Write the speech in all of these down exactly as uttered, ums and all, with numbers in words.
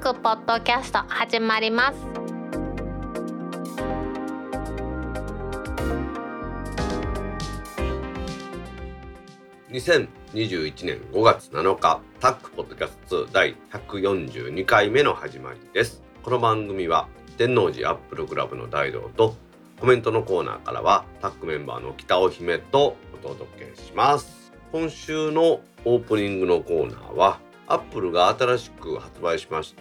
クポッドキャスト始まります。 にせんにじゅういちねんごがつなのか、タックポッドキャストだいひゃくよんじゅうにかいめの始まりです。この番組は天王寺アップルクラブの大道と、コメントのコーナーからはタックメンバーの北尾姫とお届けします。今週のオープニングのコーナーは、アップルが新しく発売しました、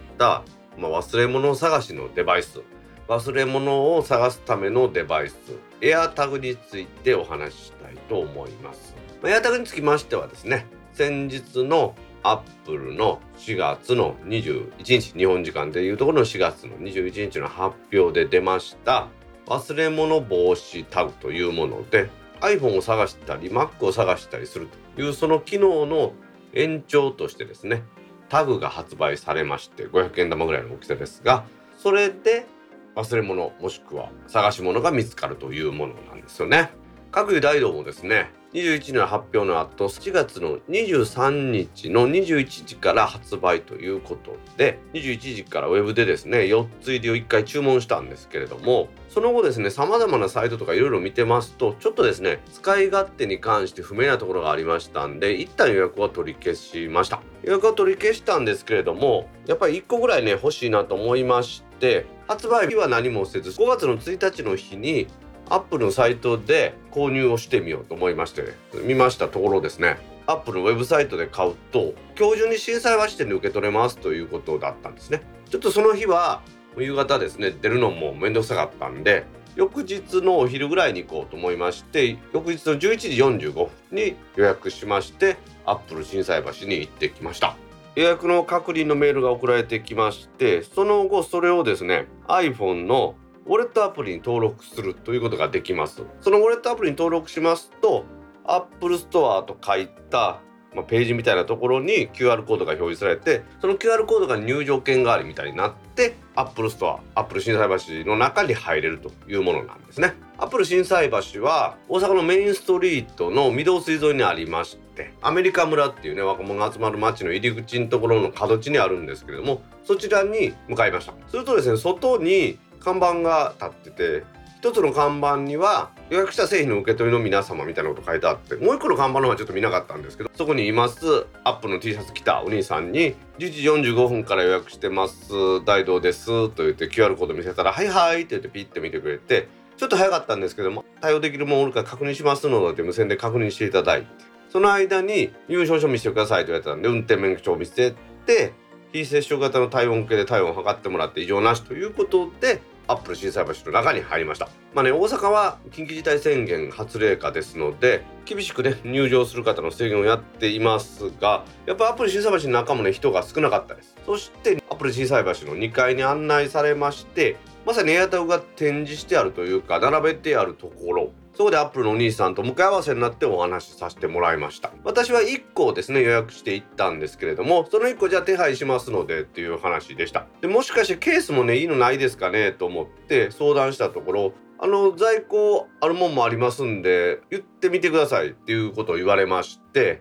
まあ、忘れ物探しのデバイス、忘れ物を探すためのデバイス、エアタグについてお話ししたいと思います。エアタグにつきましてはですね、先日のアップルのしがつのにじゅういちにち、日本時間でいうところのしがつのにじゅういちにちの発表で出ました忘れ物防止タグというもので、 iPhone を探したり Mac を探したりするというその機能の延長としてですね、タグが発売されまして、ごひゃくえん玉ぐらいの大きさですが、それで忘れ物もしくは探し物が見つかるというものなんですよね。各大道もですね、にじゅういちにちの発表の後、しがつのにじゅうさんにちのにじゅういちじから発売ということで、にじゅういちじからウェブでですね、よっつ入りをいっかい注文したんですけれども、その後ですね、様々なサイトとかいろいろ見てますと、ちょっとですね、使い勝手に関して不明なところがありましたんで、一旦予約は取り消しました。予約は取り消したんですけれども、やっぱりいっこぐらいね、欲しいなと思いまして、発売日は何もせず、ごがつのついたちの日にアップルのサイトで購入をしてみようと思いまして、見ましたところですね、アップルのウェブサイトで買うと今日中に心斎橋店で受け取れますということだったんですね。ちょっとその日は夕方ですね、出るのもめんどくさかったんで、翌日のお昼ぐらいに行こうと思いまして、翌日のじゅういちじよんじゅうごふんに予約しまして、アップル心斎橋に行ってきました。予約の確認のメールが送られてきまして、その後それをですね iPhone のウォレットアプリに登録するということができます。そのウォレットアプリに登録しますと、 Apple Store と書いた、まあ、ページみたいなところに キューアール コードが表示されて、その キューアール コードが入場券代わりみたいになって Apple Store、 Apple 心斎橋の中に入れるというものなんですね。 Apple 心斎橋は大阪のメインストリートの御堂筋沿いにありまして、アメリカ村っていうね、若者が集まる街の入り口のところの角地にあるんですけれども、そちらに向かいました。するとですね、外に看板が立ってて、一つの看板には予約した製品の受け取りの皆様みたいなこと書いてあって、もう一個の看板の方はちょっと見なかったんですけど、そこにいますアップの T シャツ着たお兄さんに、じゅういちじよんじゅうごふんから予約してます大道ですと言って キューアール コード見せたら、はいはいって言ってピッて見てくれて、ちょっと早かったんですけども、対応できるものおるか確認しますので無線で確認していただいて、その間に入証書見せてくださいと言われたんで、運転免許証を見せて、非接触型の体温計で体温を測ってもらって異常なしということで、アップル心斎橋の中に入りました。まあね、大阪は緊急事態宣言発令下ですので、厳しくね入場する方の制限をやっていますが、やっぱアップル心斎橋の中もね人が少なかったです。そしてアップル心斎橋のにかいに案内されまして、まさにエアタグが展示してあるというか並べてあるところ、そこでアップルのお兄さんと向かい合わせになってお話しさせてもらいました。私はいっこをですね予約していったんですけれども、そのいっこじゃあ手配しますのでっていう話でした。でもしかしてケースもねいいのないですかねと思って相談したところ、あの在庫あるもんもありますんで言ってみてくださいっていうことを言われまして、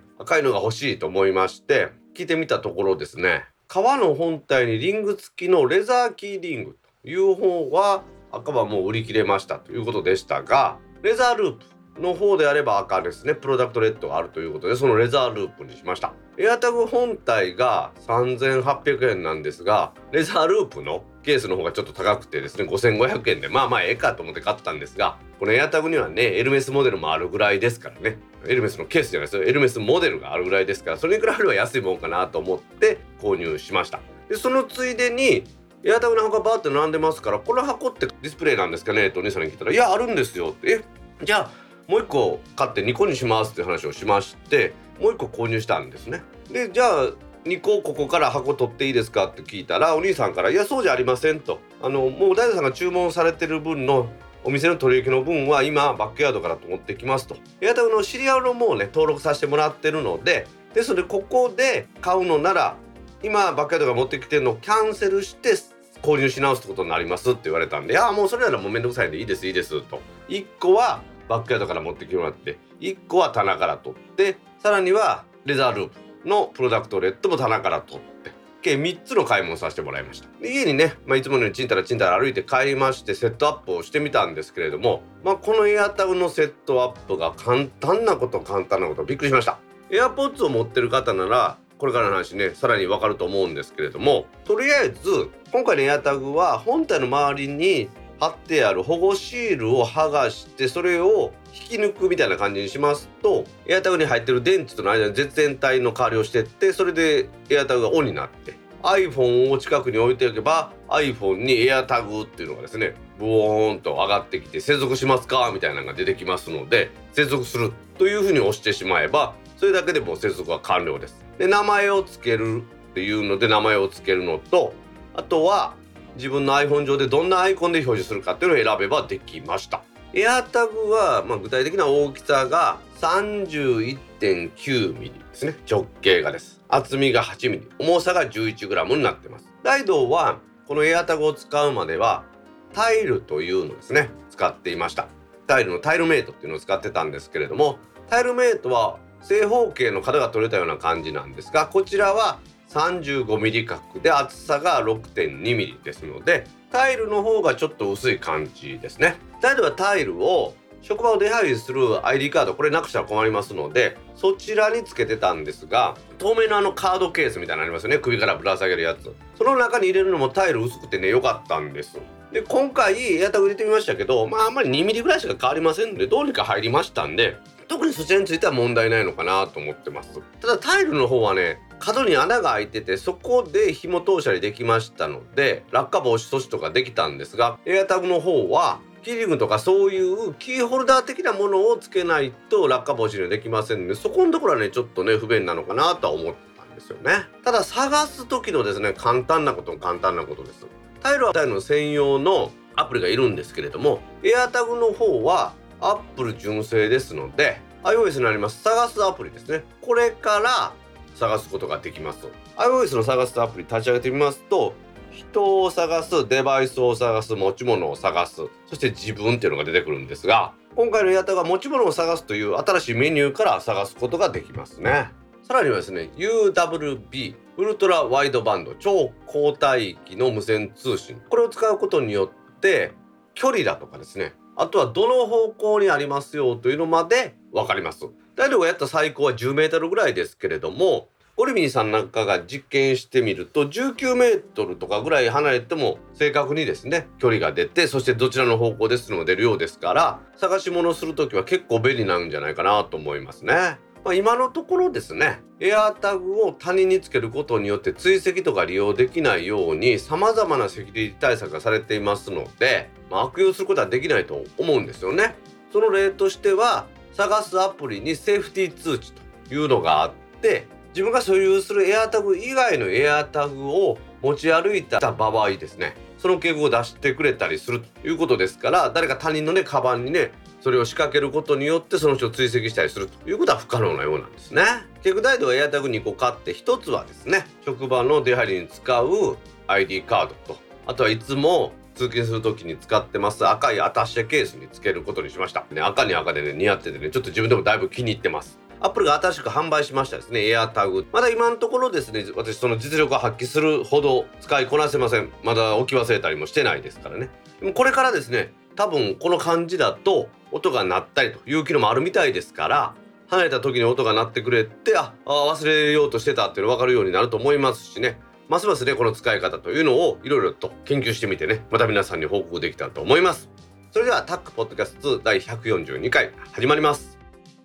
赤いのが欲しいと思いまして聞いてみたところですね、革の本体にリング付きのレザーキーリングという方は赤はもう売り切れましたということでしたが、レザーループの方であれば赤ですね、プロダクトレッドがあるということで、そのレザーループにしました。エアタグ本体がさんぜんはっぴゃくえんなんですが、レザーループのケースの方がちょっと高くてですねごせんごひゃくえんで、まあまあええかと思って買ったんですが、このエアタグにはねエルメスモデルもあるぐらいですからね、エルメスのケースじゃないですよ、エルメスモデルがあるぐらいですから、それに比べれば安いもんかなと思って購入しました。でそのついでにエアタグの箱がバーって並んでますから、この箱ってディスプレイなんですかねとお兄さんに聞いたら、いやあるんですよって、えじゃあもういっこ買ってにこにしますって話をしまして、もういっこ購入したんですね。でじゃあにこここから箱取っていいですかって聞いたら、お兄さんからいやそうじゃありませんと、あのもう大道さんが注文されてる分のお店の取引の分は今バックヤードから持ってきますと、エアタグのシリアルのもうね登録させてもらってるので、ですのでここで買うのなら今バックヤードが持ってきてるのをキャンセルして購入し直すってことになりますって言われたんで、いやもうそれならもうめんどくさいんでいいですいいですと、いっこはバックヤードから持ってきてもらって、いっこは棚から取って、さらにはレザーループのプロダクトレッドも棚から取って、 計みっつの買い物をさせてもらいました。で家にね、まあ、いつものようにちんたらちんたら歩いて帰りましてセットアップをしてみたんですけれども、まあ、このエアタグのセットアップが簡単なこと簡単なことびっくりしました。AirPodsを持ってる方ならこれからの話ねさらにわかると思うんですけれども、とりあえず今回のエアタグは本体の周りに貼ってある保護シールを剥がしてそれを引き抜くみたいな感じにしますと、エアタグに入ってる電池との間に絶縁体の代わりをしてって、それでエアタグがオンになって iPhone を近くに置いておけば iPhone にエアタグっていうのがですねブオーンと上がってきて接続しますかみたいなのが出てきますので、接続するというふうに押してしまえばそれだけでもう接続は完了です。で名前をつけるっていうので名前をつけるのと、あとは自分の iPhone 上でどんなアイコンで表示するかっていうのを選べばできました。エアタグは、まあ、具体的な大きさが さんじゅういってんきゅうミリ ですね。直径がです。厚みがはちミリ、重さが じゅういちグラム になってます。ダイドーはこのエアタグを使うまではタイルというのですね使っていました。タイルのタイルメイトっていうのを使ってたんですけれども、タイルメイトは正方形の角が取れたような感じなんですが、こちらは さんじゅうごミリ 角で厚さが ろくてんにミリ ですので、タイルの方がちょっと薄い感じですね。タイルはタイルを職場を出入りする アイディー カード、これなくしたら困りますのでそちらにつけてたんですが、透明のあのカードケースみたいなのありますよね、首からぶら下げるやつ、その中に入れるのもタイル薄くてね良かったんです。で今回エアタグ入れてみましたけど、まああんまりにミリぐらいしか変わりませんのでどうにか入りましたんで、特にそちらについては問題ないのかなと思ってます。ただタイルの方はね角に穴が開いててそこで紐通したりできましたので落下防止措置とかできたんですが、エアタグの方はキーリングとかそういうキーホルダー的なものをつけないと落下防止にはできませんので、そこのところはねちょっとね不便なのかなとは思ったんですよね。ただ探す時のですね簡単なことも簡単なことです。タイルはタイルの専用のアプリがいるんですけれども、エアタグの方は Apple 純正ですので iOS になります探すアプリですね、これから探すことができます。 iOS の探すアプリ立ち上げてみますと、人を探す、デバイスを探す、持ち物を探す、そして自分っていうのが出てくるんですが、今回のエアタグは持ち物を探すという新しいメニューから探すことができますね。さらにはですね ユーダブリュービー ウルトラワイドバンド超高帯域の無線通信、これを使うことによって距離だとかですね、あとはどの方向にありますよというのまで分かります。ダイドがやった最高はじゅうメートルぐらいですけれども、オリミーさんなんかが実験してみるとじゅうきゅうメートルとかぐらい離れても正確にですね距離が出て、そしてどちらの方向ですのも出るようですから、探し物するときは結構便利なんじゃないかなと思いますね。まあ、今のところですねエアタグを他人につけることによって追跡とか利用できないように様々なセキュリティ対策がされていますので、まあ、悪用することはできないと思うんですよね。その例としては探すアプリにセーフティー通知というのがあって、自分が所有するエアタグ以外のエアタグを持ち歩いた場合ですね、その警告を出してくれたりするということですから、誰か他人のねカバンにねそれを仕掛けることによってその人を追跡したりするということは不可能なようなんですね。結局ダイドはエアタグにこ買って、ひとつはですね職場の出入りに使う アイディー カードと、あとはいつも通勤する時に使ってます赤いアタッシェケースにつけることにしました、ね、赤に赤でね似合っててねちょっと自分でもだいぶ気に入ってます。アップルが新しく販売しましたですねエアタグ、まだ今のところですね私その実力を発揮するほど使いこなせません。まだ置き忘れたりもしてないですからね。でもこれからですね多分この感じだと音が鳴ったりという機能もあるみたいですから、離れた時に音が鳴ってくれてああ忘れようとしてたっていうの分かるようになると思いますしね、ますますねこの使い方というのをいろいろと研究してみてね、また皆さんに報告できたらと思います。それではタックポッドキャストだいひゃくよんじゅうにかい始まります。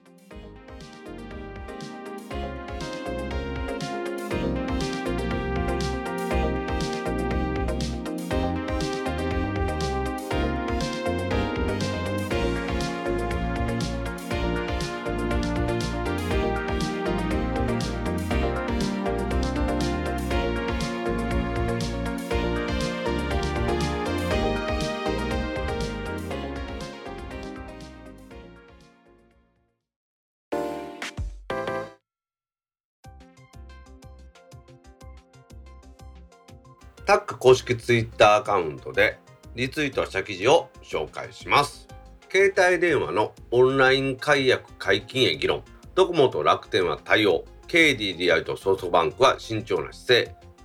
タック公式ツイッターアカウントでリツイートした記事を紹介します。携帯電話のオンライン解約解禁へ議論、ドコモと楽天は対応、ケーディーディーアイ とソフトバンクは慎重な姿勢、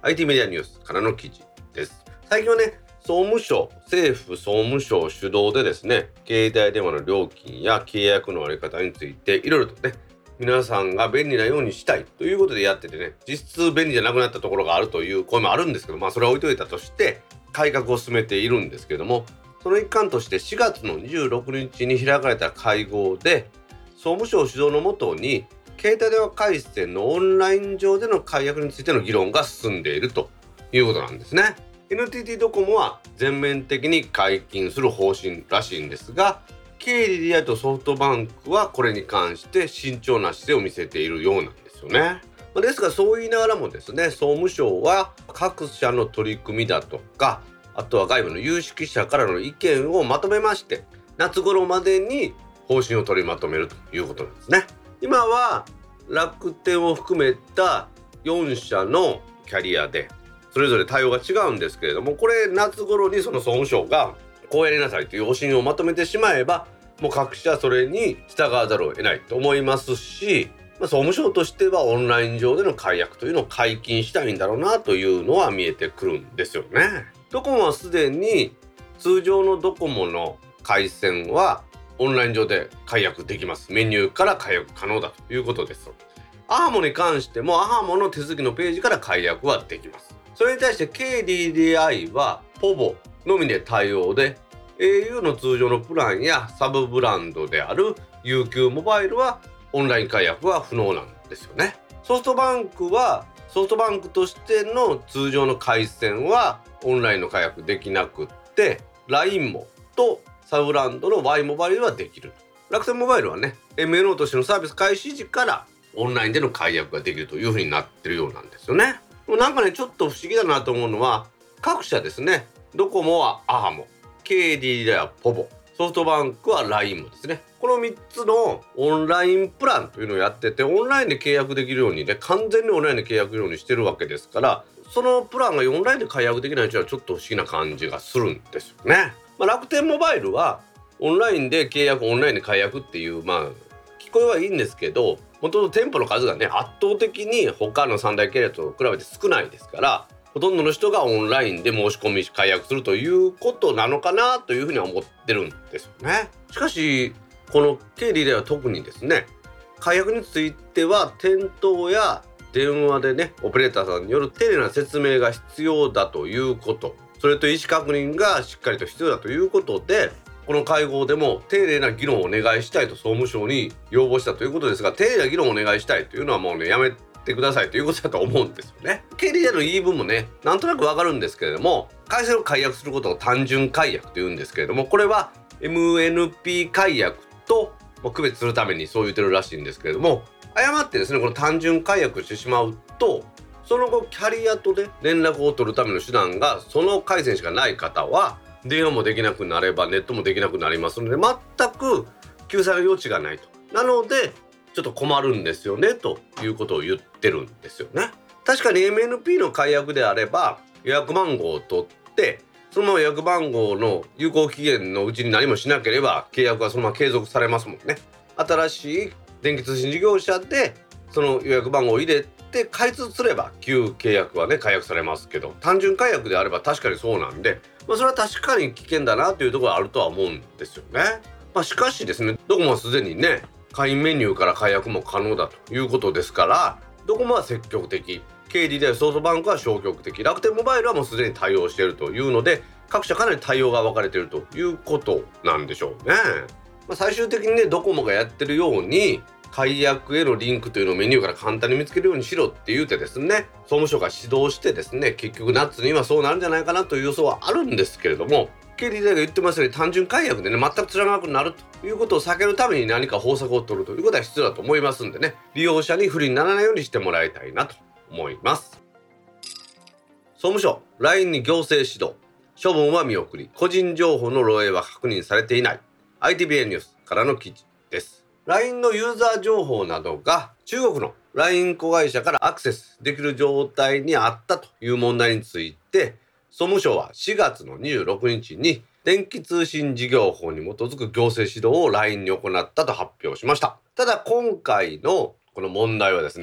アイティー メディアニュースからの記事です。最近はね、総務省、政府総務省主導でですね、携帯電話の料金や契約のあり方についていろいろとね、皆さんが便利なようにしたいということでやっててね、実質便利じゃなくなったところがあるという声もあるんですけど、まあそれは置いといたとして改革を進めているんですけれども、その一環としてしがつのにじゅうろくにちに開かれた会合で、総務省主導のもとに携帯電話回線のオンライン上での解約についての議論が進んでいるということなんですね。 エヌティーティー ドコモは全面的に解禁する方針らしいんですが、ケーディーディーアイ とソフトバンクはこれに関して慎重な姿勢を見せているようなんですよね。ですがそう言いながらもですね、総務省は各社の取り組みだとか、あとは外部の有識者からの意見をまとめまして、夏頃までに方針を取りまとめるということなんですね。今は楽天を含めたよんしゃのキャリアでそれぞれ対応が違うんですけれども、これ夏頃にその総務省がこうやりなさいという方針をまとめてしまえば、もう各社それに従わざるを得ないと思いますし、まあ、総務省としてはオンライン上での解約というのを解禁したいんだろうなというのは見えてくるんですよね。ドコモはすでに通常のドコモの回線はオンライン上で解約できます。メニューから解約可能だということです。アハモに関してもアハモの手続きのページから解約はできます。それに対して ケーディーディーアイ はポボのみで対応で、 エーユー の通常のプランやサブブランドである ユーキュー モバイルはオンライン解約は不能なんですよね。ソフトバンクはソフトバンクとしての通常の回線はオンラインの解約できなくって、 ライン もとサブブランドの Y モバイルはできる。楽天モバイルはね エムエヌオー としてのサービス開始時からオンラインでの解約ができるというふうになってるようなんですよね。なんかねちょっと不思議だなと思うのは、各社ですね、ドコモはアハモ、ケーディーディーアイ はポボ、ソフトバンクは ライン もですね、このみっつのオンラインプランというのをやってて、オンラインで契約できるようにね、完全にオンラインで契約できるようにしてるわけですから、そのプランがオンラインで解約できないというのはちょっと不思議な感じがするんですよね。まあ、楽天モバイルはオンラインで契約、オンラインで解約っていう、まあ聞こえはいいんですけど、もともと店舗の数がね圧倒的に他の三大キャリアと比べて少ないですから、ほとんどの人がオンラインで申し込み解約するということなのかなというふうには思ってるんですよね。しかしこの ケーディー では特にですね、解約については店頭や電話でねオペレーターさんによる丁寧な説明が必要だということ、それと意思確認がしっかりと必要だということで、この会合でも丁寧な議論をお願いしたいと総務省に要望したということですが、丁寧な議論をお願いしたいというのはもうねやめてくださいということだと思うんですよね。ケーディーアイ の言い分もねなんとなくわかるんですけれども、回線を解約することを単純解約というんですけれども、これは エムエヌピー 解約と区別するためにそう言ってるらしいんですけれども、誤ってですねこの単純解約してしまうと、その後キャリアとで連絡を取るための手段がその回線しかない方は電話もできなくなればネットもできなくなりますので、全く救済の余地がないと。なのでちょっと困るんですよねということを言ってるんですよね。確かに エムエヌピー の解約であれば予約番号を取ってそのまま予約番号の有効期限のうちに何もしなければ契約はそのまま継続されますもんね。新しい電気通信事業者でその予約番号を入れて開通すれば旧契約はね解約されますけど、単純解約であれば確かにそうなんで、まあ、それは確かに危険だなというところがあるとは思うんですよね。まあ、しかしですね、ドコモはすでにね会員メニューから解約も可能だということですから、ドコモは積極的、ケーディーディーアイ、ソフトバンクは消極的、楽天モバイルはもうすでに対応しているというので、各社かなり対応が分かれているということなんでしょうね。まあ、最終的にねドコモがやってるように解約へのリンクというのをメニューから簡単に見つけるようにしろって言うてですね、総務省が指導してですね、結局夏にはそうなるんじゃないかなという予想はあるんですけれども、ケーディーディーアイが言ってますように単純解約でね全くつながらなくなるということを避けるために何か方策を取るということは必要だと思いますんでね、利用者に不利にならないようにしてもらいたいなと思います。総務省 ライン に行政指導、処分は見送り、個人情報の漏洩は確認されていない。 アイティービーエー ニュースからの記事です。 ライン のユーザー情報などが中国の ライン 子会社からアクセスできる状態にあったという問題について、総務省はしがつのにじゅうろくにちに電気通信事業法に基づく行政指導を ライン に行ったと発表しました。ただ今回のこの問題はですね、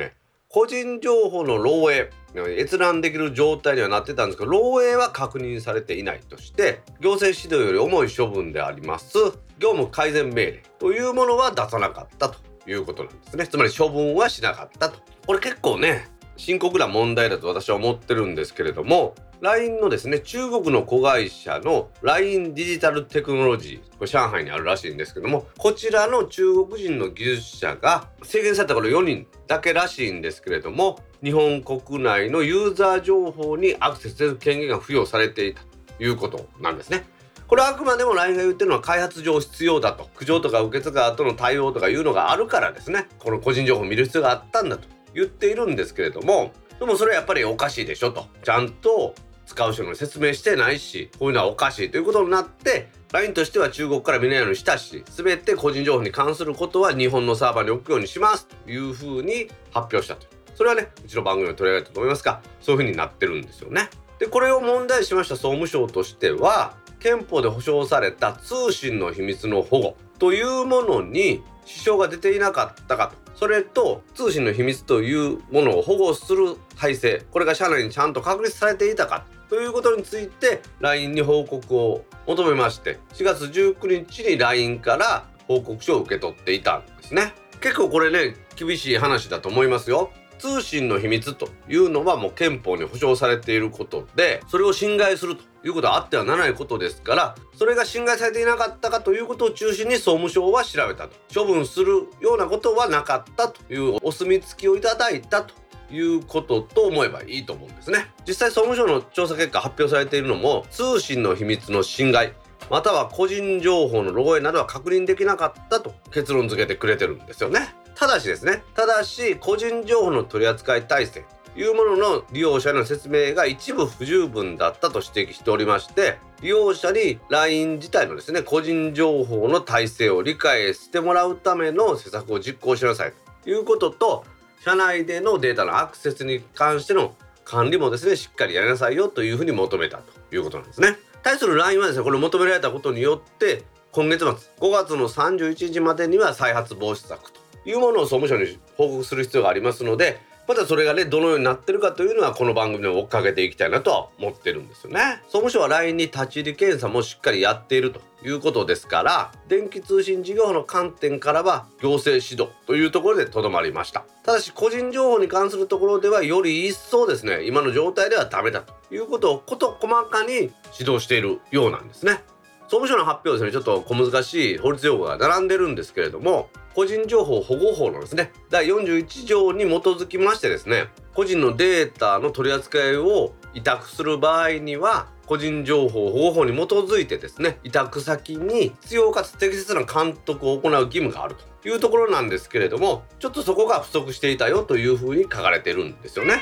個人情報の漏洩、閲覧できる状態にはなってたんですけど、漏洩は確認されていないとして、行政指導より重い処分であります業務改善命令というものは出さなかったということなんですね。つまり処分はしなかったと。これ結構ね深刻な問題だと私は思ってるんですけれども、 ライン のですね中国の子会社の ライン デジタルテクノロジー、これ上海にあるらしいんですけども、こちらの中国人の技術者が制限されたこれよにんだけらしいんですけれども、日本国内のユーザー情報にアクセスする権限が付与されていたということなんですね。これはあくまでも ライン が言ってるのは開発上必要だと、苦情とか受け継が後の対応とかいうのがあるからですね、この個人情報を見る必要があったんだと言っているんですけれども、でもそれはやっぱりおかしいでしょと、ちゃんと使う人に説明してないし、こういうのはおかしいということになって ライン としては中国から見ないようにしたし、全て個人情報に関することは日本のサーバーに置くようにしますというふうに発表したと。それはねうちの番組で取り上げたと思いますが、そういうふうになってるんですよね。でこれを問題視しました総務省としては、憲法で保障された通信の秘密の保護というものに支障が出ていなかったかと、それと通信の秘密というものを保護する体制、これが社内にちゃんと確立されていたかということについて ライン に報告を求めまして、しがつじゅうくにちに ライン から報告書を受け取っていたんですね。結構これね厳しい話だと思いますよ。通信の秘密というのはもう憲法に保障されていることで、それを侵害するということはあってはならないことですから、それが侵害されていなかったかということを中心に総務省は調べたと。処分するようなことはなかったというお墨付きをいただいたということと思えばいいと思うんですね。実際総務省の調査結果発表されているのも、通信の秘密の侵害または個人情報の漏洩などは確認できなかったと結論付けてくれてるんですよね。ただしですねただし個人情報の取扱い体制というものの利用者への説明が一部不十分だったと指摘しておりまして、利用者に ライン 自体のですね個人情報の体制を理解してもらうための施策を実行しなさいということと、社内でのデータのアクセスに関しての管理もですねしっかりやりなさいよというふうに求めたということなんですね。対する ライン はですねこれ求められたことによって今月末ごがつのさんじゅういちにちまでには再発防止策というものを総務省に報告する必要がありますので、またそれがねどのようになってるかというのはこの番組で追っかけていきたいなとは思ってるんですよね。総務省は ライン に立ち入り検査もしっかりやっているということですから、電気通信事業法の観点からは行政指導というところでとどまりました。ただし個人情報に関するところではより一層ですね今の状態ではダメだということを事細かに指導しているようなんですね。総務省の発表ですねちょっと小難しい法律用語が並んでるんですけれども、個人情報保護法のですねだいよんじゅういちじょうに基づきましてですね、個人のデータの取り扱いを委託する場合には個人情報保護法に基づいてですね委託先に必要かつ適切な監督を行う義務があるというところなんですけれども、ちょっとそこが不足していたよというふうに書かれてるんですよね。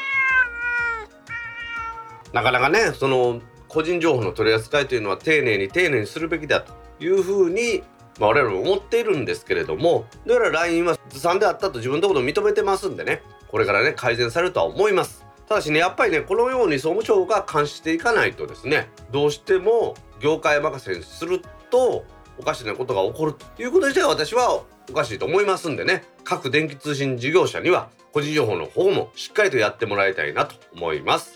なかなかねその個人情報の取り扱いというのは丁寧に丁寧にするべきだというふうに、まあ、我々も思っているんですけれども、だから ライン はずさんであったと自分のことを認めてますんでね、これからね改善されるとは思います。ただしねやっぱりねこのように総務省が監視していかないとですね、どうしても業界任せにするとおかしなことが起こるということ自体は私はおかしいと思いますんでね、各電気通信事業者には個人情報の保護もしっかりとやってもらいたいなと思います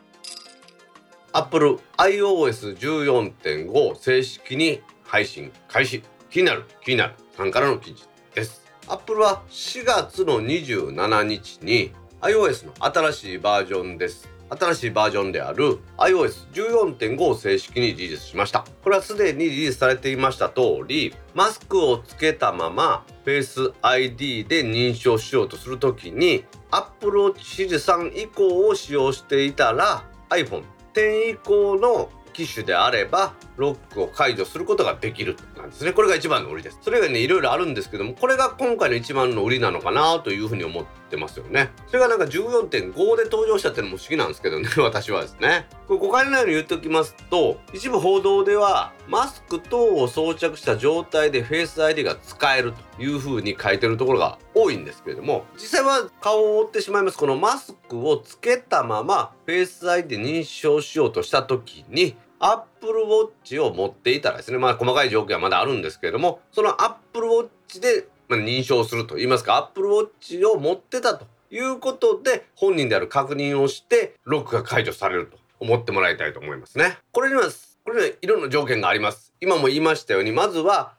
。Apple アイオーエスじゅうよんてんご 正式に配信開始。気になる気になるさんからの記事です。 Apple はしがつのにじゅうしちにちに iOS の新しいバージョンです新しいバージョンである アイオーエスじゅうよんてんご を正式にリリースしました。これはすでにリリースされていました通り、マスクをつけたまま Face アイディー で認証しようとするときに Apple Watch シリーズさん以降を使用していたら iPhoneテン以降の機種であればロックを解除することができるなんですね。これが一番の売りです。それがねいろいろあるんですけども、これが今回の一番の売りなのかなというふうに思ってますよね。それがなんか じゅうよんてんご で登場したっていうのも不思議なんですけどね私はですね、これ誤解のないように言っておきますと、一部報道ではマスク等を装着した状態で Face アイディー が使えるというふうに書いてるところが多いんですけれども、実際は顔を覆ってしまいます。このマスクをつけたまま Face アイディー 認証しようとした時にApple Watch を持っていたらですね、まあ細かい条件はまだあるんですけれども、その Apple Watch で認証すると言いますか Apple Watch を持ってたということで本人である確認をしてロックが解除されると思ってもらいたいと思いますね。これにはこれにはいろんな条件があります。今も言いましたように、まずは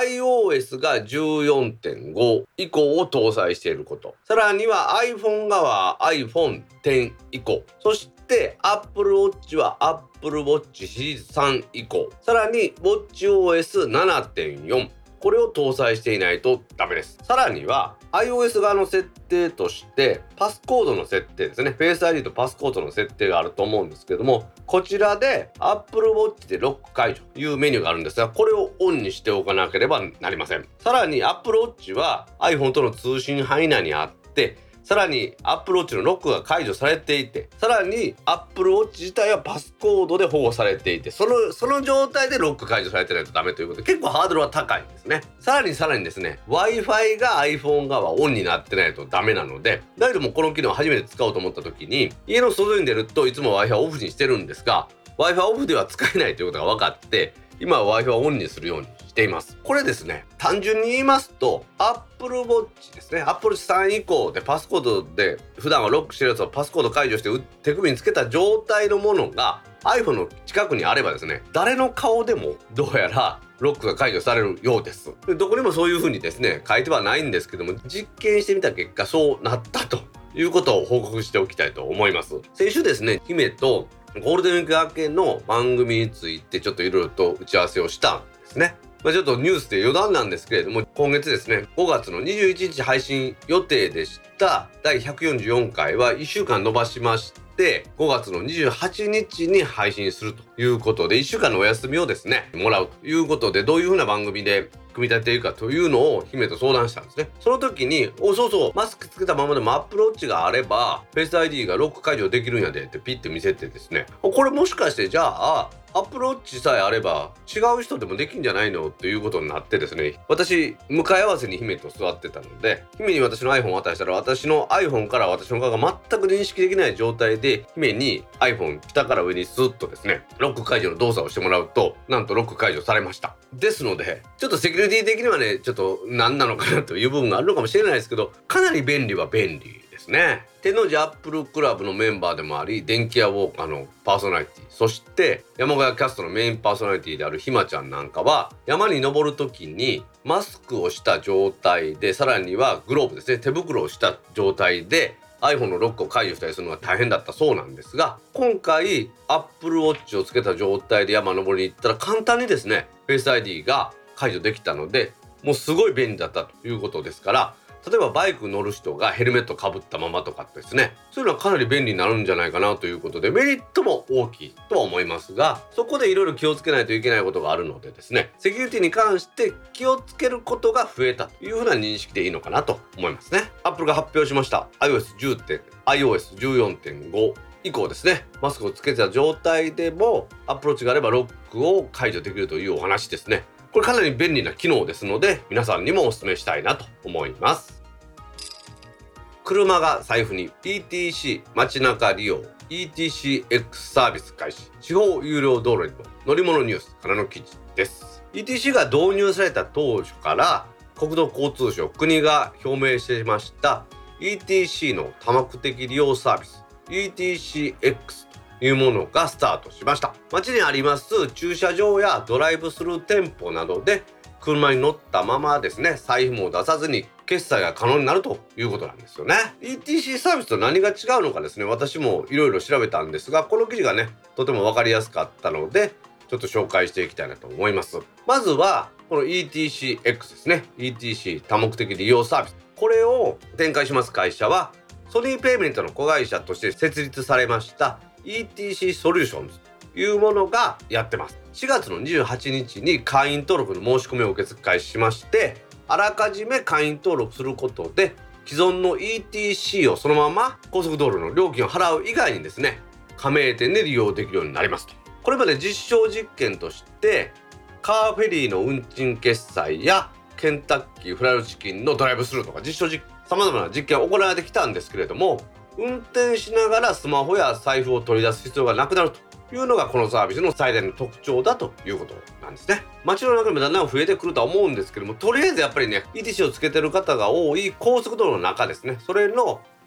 iOS が じゅうよんてんご 以降を搭載していること、さらには iPhone 側 アイフォンテン 以降、そしてApple Watch は Apple Watch シリーズさん以降、さらに ウォッチオーエスななてんよん、これを搭載していないとダメです。さらには iOS 側の設定としてパスコードの設定ですね、フェイス アイディー とパスコードの設定があると思うんですけども、こちらで Apple Watch でロック解除というメニューがあるんですが、これをオンにしておかなければなりません。さらに Apple Watch は iPhone との通信範囲内にあって、さらに Apple Watch のロックが解除されていて、さらに Apple Watch 自体はパスコードで保護されていて、そのその状態でロック解除されてないとダメということで、結構ハードルは高いんですね。さらにさらにですね、 Wi-Fi が iPhone 側オンになってないとダメなので、だけどもこの機能を初めて使おうと思った時に、家の外に出るといつも Wi-Fi をオフにしてるんですが、 Wi-Fi オフでは使えないということが分かって、今は Wi-Fi をオンにするようにしています。これですね、単純に言いますと Apple Watch ですね、 Apple さん以降でパスコードで普段はロックしてるやつをパスコード解除して手首につけた状態のものが iPhone の近くにあればですね、誰の顔でもどうやらロックが解除されるようです。でどこにもそういう風にですね書いてはないんですけども、実験してみた結果そうなったということを報告しておきたいと思います。先週ですね、姫とゴールデンウィーク明けの番組についてちょっといろいろと打ち合わせをしたんですね。まあ、ちょっとニュースで余談なんですけれども、今月ですねごがつのにじゅういちにち配信予定でしただいひゃくよんじゅうよんかいはいっしゅうかん延ばしまして、ごがつのにじゅうはちにちに配信するということで、いっしゅうかんのお休みをですねもらうということで、どういう風な番組で組み立てているかというのを姫と相談したんですね。その時に、おそうそうマスクつけたままでも Apple Watch があればフェイス アイディー がロック解除できるんやでってピッて見せてですね、これもしかしてじゃあApple Watch さえあれば違う人でもできんじゃないのっていうことになってですね、私向かい合わせに姫と座ってたので、姫に私の iPhone を渡したら、私の iPhone から私の顔が全く認識できない状態で姫に iPhone 下から上にスッとですねロック解除の動作をしてもらうと、なんとロック解除されました。ですのでちょっとセキュリティ的にはねちょっと何なのかなという部分があるのかもしれないですけど、かなり便利は便利ですね。天王寺アップルクラブのメンバーでもあり、電気屋ウォーカーのパーソナリティ、そして山小屋キャストのメインパーソナリティであるひまちゃんなんかは、山に登る時にマスクをした状態で、さらにはグローブですね、手袋をした状態で iPhone のロックを解除したりするのが大変だったそうなんですが、今回 Apple Watch をつけた状態で山登りに行ったら簡単にですねフェイス アイディー が解除できたので、もうすごい便利だったということですから、例えばバイク乗る人がヘルメットかぶったままとかですね、そういうのはかなり便利になるんじゃないかなということで、メリットも大きいとは思いますが、そこでいろいろ気をつけないといけないことがあるのでですね、セキュリティに関して気をつけることが増えたというふうな認識でいいのかなと思いますね。アップルが発表しました アイオーエスじゅう アイオーエスじゅうよんてんご 以降ですね、マスクをつけた状態でもアプローチがあればロックを解除できるというお話ですね。これかなり便利な機能ですので、皆さんにもお勧めしたいなと思います。車が財布に イーティーシー 街中利用 イーティーシーエックス サービス開始、地方有料道路にも乗り物ニュースからの記事です。 イーティーシー が導入された当初から国土交通省、国が表明していました イーティーシー の多目的利用サービス イーティーシーエックス というものがスタートしました。街にあります駐車場やドライブスルー店舗などで車に乗ったままですね、財布も出さずに決済が可能になるということなんですよね。 イーティーシー サービスと何が違うのかですね、私もいろいろ調べたんですが、この記事がねとても分かりやすかったのでちょっと紹介していきたいなと思います。まずはこの イーティーシーエックス ですね、 イーティーシー 多目的利用サービス、これを展開します会社はソニーペイメントの子会社として設立されました イーティーシー ソリューションズというものがやってます。しがつのにじゅうはちにちに会員登録の申し込みを受け付け開始しまして、あらかじめ会員登録することで既存の イーティーシー をそのまま高速道路の料金を払う以外にですね、加盟店で利用できるようになりますと。これまで実証実験としてカーフェリーの運賃決済やケンタッキーフライドチキンのドライブスルーとか実証実さまざまな実験を行われてきたんですけれども、運転しながらスマホや財布を取り出す必要がなくなるというのがこのサービスの最大の特徴だということなんですね。街の中にもだんだん増えてくるとは思うんですけども、とりあえずやっぱりね イーティーシー をつけてる方が多い高速道路の中ですね、それの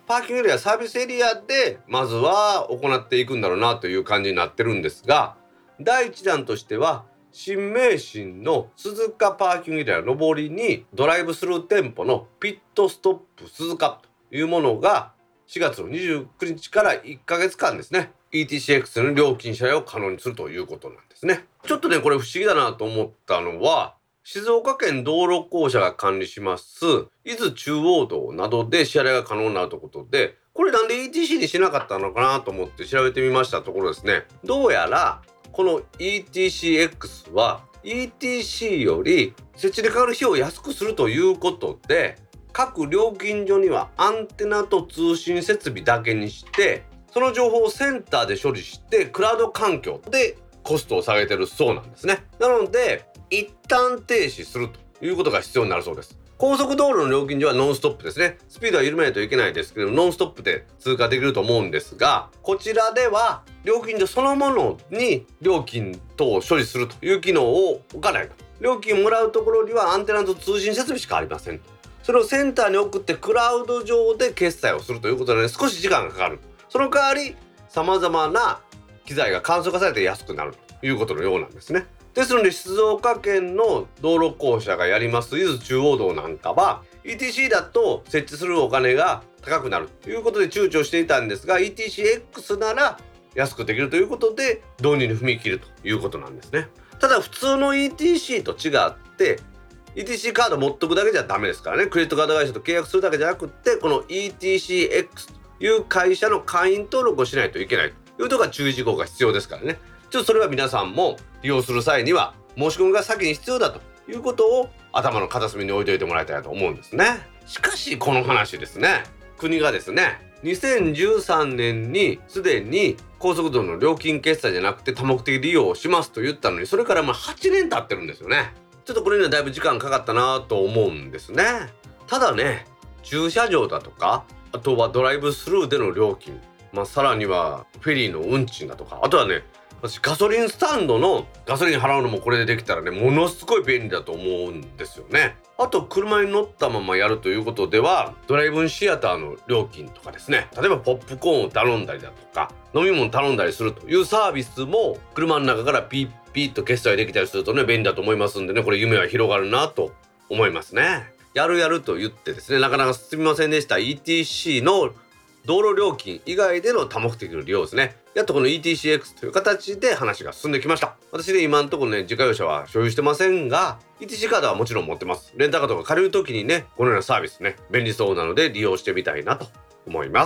パーキングエリアサービスエリアでまずは行っていくんだろうなという感じになってるんですが、第一弾としては新名神の鈴鹿パーキングエリア上りにドライブスルー店舗のピットストップ鈴鹿というものがしがつのにじゅうくにちからいっかげつかんですね イーティーシーエックス の料金車用を可能にするということなんですね。ちょっとねこれ不思議だなと思ったのは、静岡県道路公社が管理します伊豆中央道などで支払いが可能になるということで、これなんで イーティーシー にしなかったのかなと思って調べてみましたところですね、どうやらこの イーティーシーエックス は イーティーシー より設置でかかる費用を安くするということで、各料金所にはアンテナと通信設備だけにして、その情報をセンターで処理してクラウド環境でコストを下げてるそうなんですね。なので一旦停止するということが必要になるそうです。高速道路の料金所はノンストップですね。スピードは緩めないといけないですけど、ノンストップで通過できると思うんですが、こちらでは料金所そのものに料金等を処理するという機能を置かないと。料金をもらうところにはアンテナと通信設備しかありません。それをセンターに送ってクラウド上で決済をするということで、ね、少し時間がかかる。その代わりさまざまな機材が簡素化されて安くなるということのようなんですね。ですので静岡県の道路公社がやります伊豆中央道なんかは イーティーシー だと設置するお金が高くなるということで躊躇していたんですが、 イーティーシーエックス なら安くできるということで導入に踏み切るということなんですね。ただ普通の イーティーシー と違って イーティーシー カード持っとくだけじゃダメですからね。クレジットカード会社と契約するだけじゃなくって、この イーティーシーエックス という会社の会員登録をしないといけないというところが注意事項が必要ですからね。ちょっとそれは皆さんも利用する際には申し込みが先に必要だということを頭の片隅に置いておいてもらいたいと思うんですね。しかしこの話ですね、国がですねにせんじゅうさんねんにすでに高速道路の料金決済じゃなくて多目的利用をしますと言ったのに、それからまあはちねん経ってるんですよね。ちょっとこれにはだいぶ時間かかったなと思うんですね。ただね、駐車場だとか、あとはドライブスルーでの料金、まあ、さらにはフェリーの運賃だとか、あとはね、私ガソリンスタンドのガソリン払うのもこれでできたらね、ものすごい便利だと思うんですよね。あと車に乗ったままやるということでは、ドライブインシアターの料金とかですね、例えばポップコーンを頼んだりだとか飲み物頼んだりするというサービスも車の中からピッピッと決済できたりするとね、便利だと思いますんでね、これ夢は広がるなと思いますね。やるやると言ってですね、なかなか進みませんでした イーティーシー の道路料金以外での多目的の利用ですね。やっとこの イーティーシーエックス という形で話が進んできました。私ね、今のところね、自家用車は所有してませんが イーティーシー カードはもちろん持ってます。レンタカーとか借りるときにね、このようなサービスね、便利そうなので利用してみたいなと思います。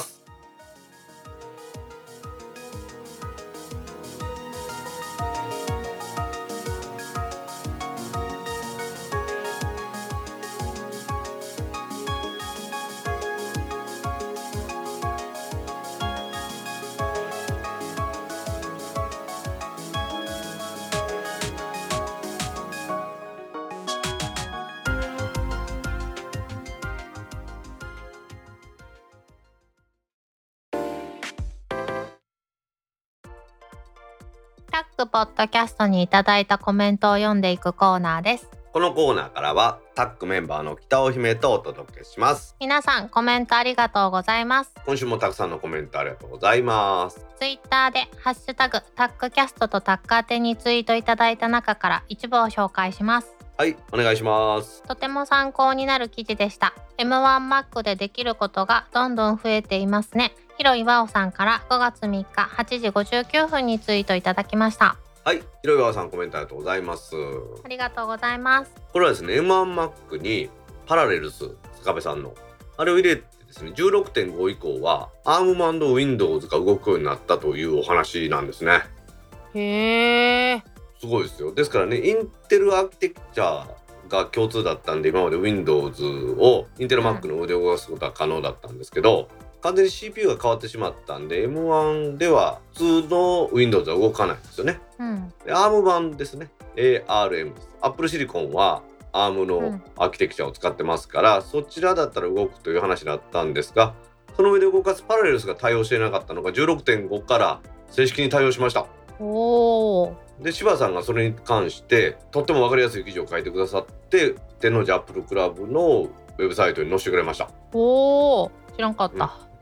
タックポッドキャストにいただいたコメントを読んでいくコーナーです。 このコーナーからはタックメンバーの北尾姫とお届けします。 皆さんコメントありがとうございます。 今週もたくさんのコメントありがとうございます。 ツイッターでハッシュタグタックキャストとタック宛てにツイートいただいた中から一部を紹介します。 はい、お願いします。 とても参考になる記事でした。 エムワンマック でできることがどんどん増えていますね。広岩尾さんからごがつみっかはちじごじゅうきゅうふんにツイートいただきました。 はい、広岩さんコメントありがとうございます。 ありがとうございます。 これはですね エムワンマック にパラレルズ坂部さんのあれを入れてですね じゅうろくてんご 以降は アーム Windows が動くようになったというお話なんですね。 へー、 すごいですよ。ですからね、インテルアーキテクチャが共通だったんで、今まで Windows をインテル Mac の上で動かすことは可能だったんですけど、うん、完全に シーピーユー が変わってしまったんで エムワン では普通の Windows は動かないんですよね。うん、で アーム 版ですね、 エーアールエム です。 Apple Silicon は アーム のアーキテクチャを使ってますから、うん、そちらだったら動くという話だったんですが、その上で動かすパラレルズが対応していなかったのが じゅうろくてんご から正式に対応しました。 おー。で柴さんがそれに関してとっても分かりやすい記事を書いてくださって、天王寺アップルクラブのウェブサイトに載せてくれました。 おー、知らんかった、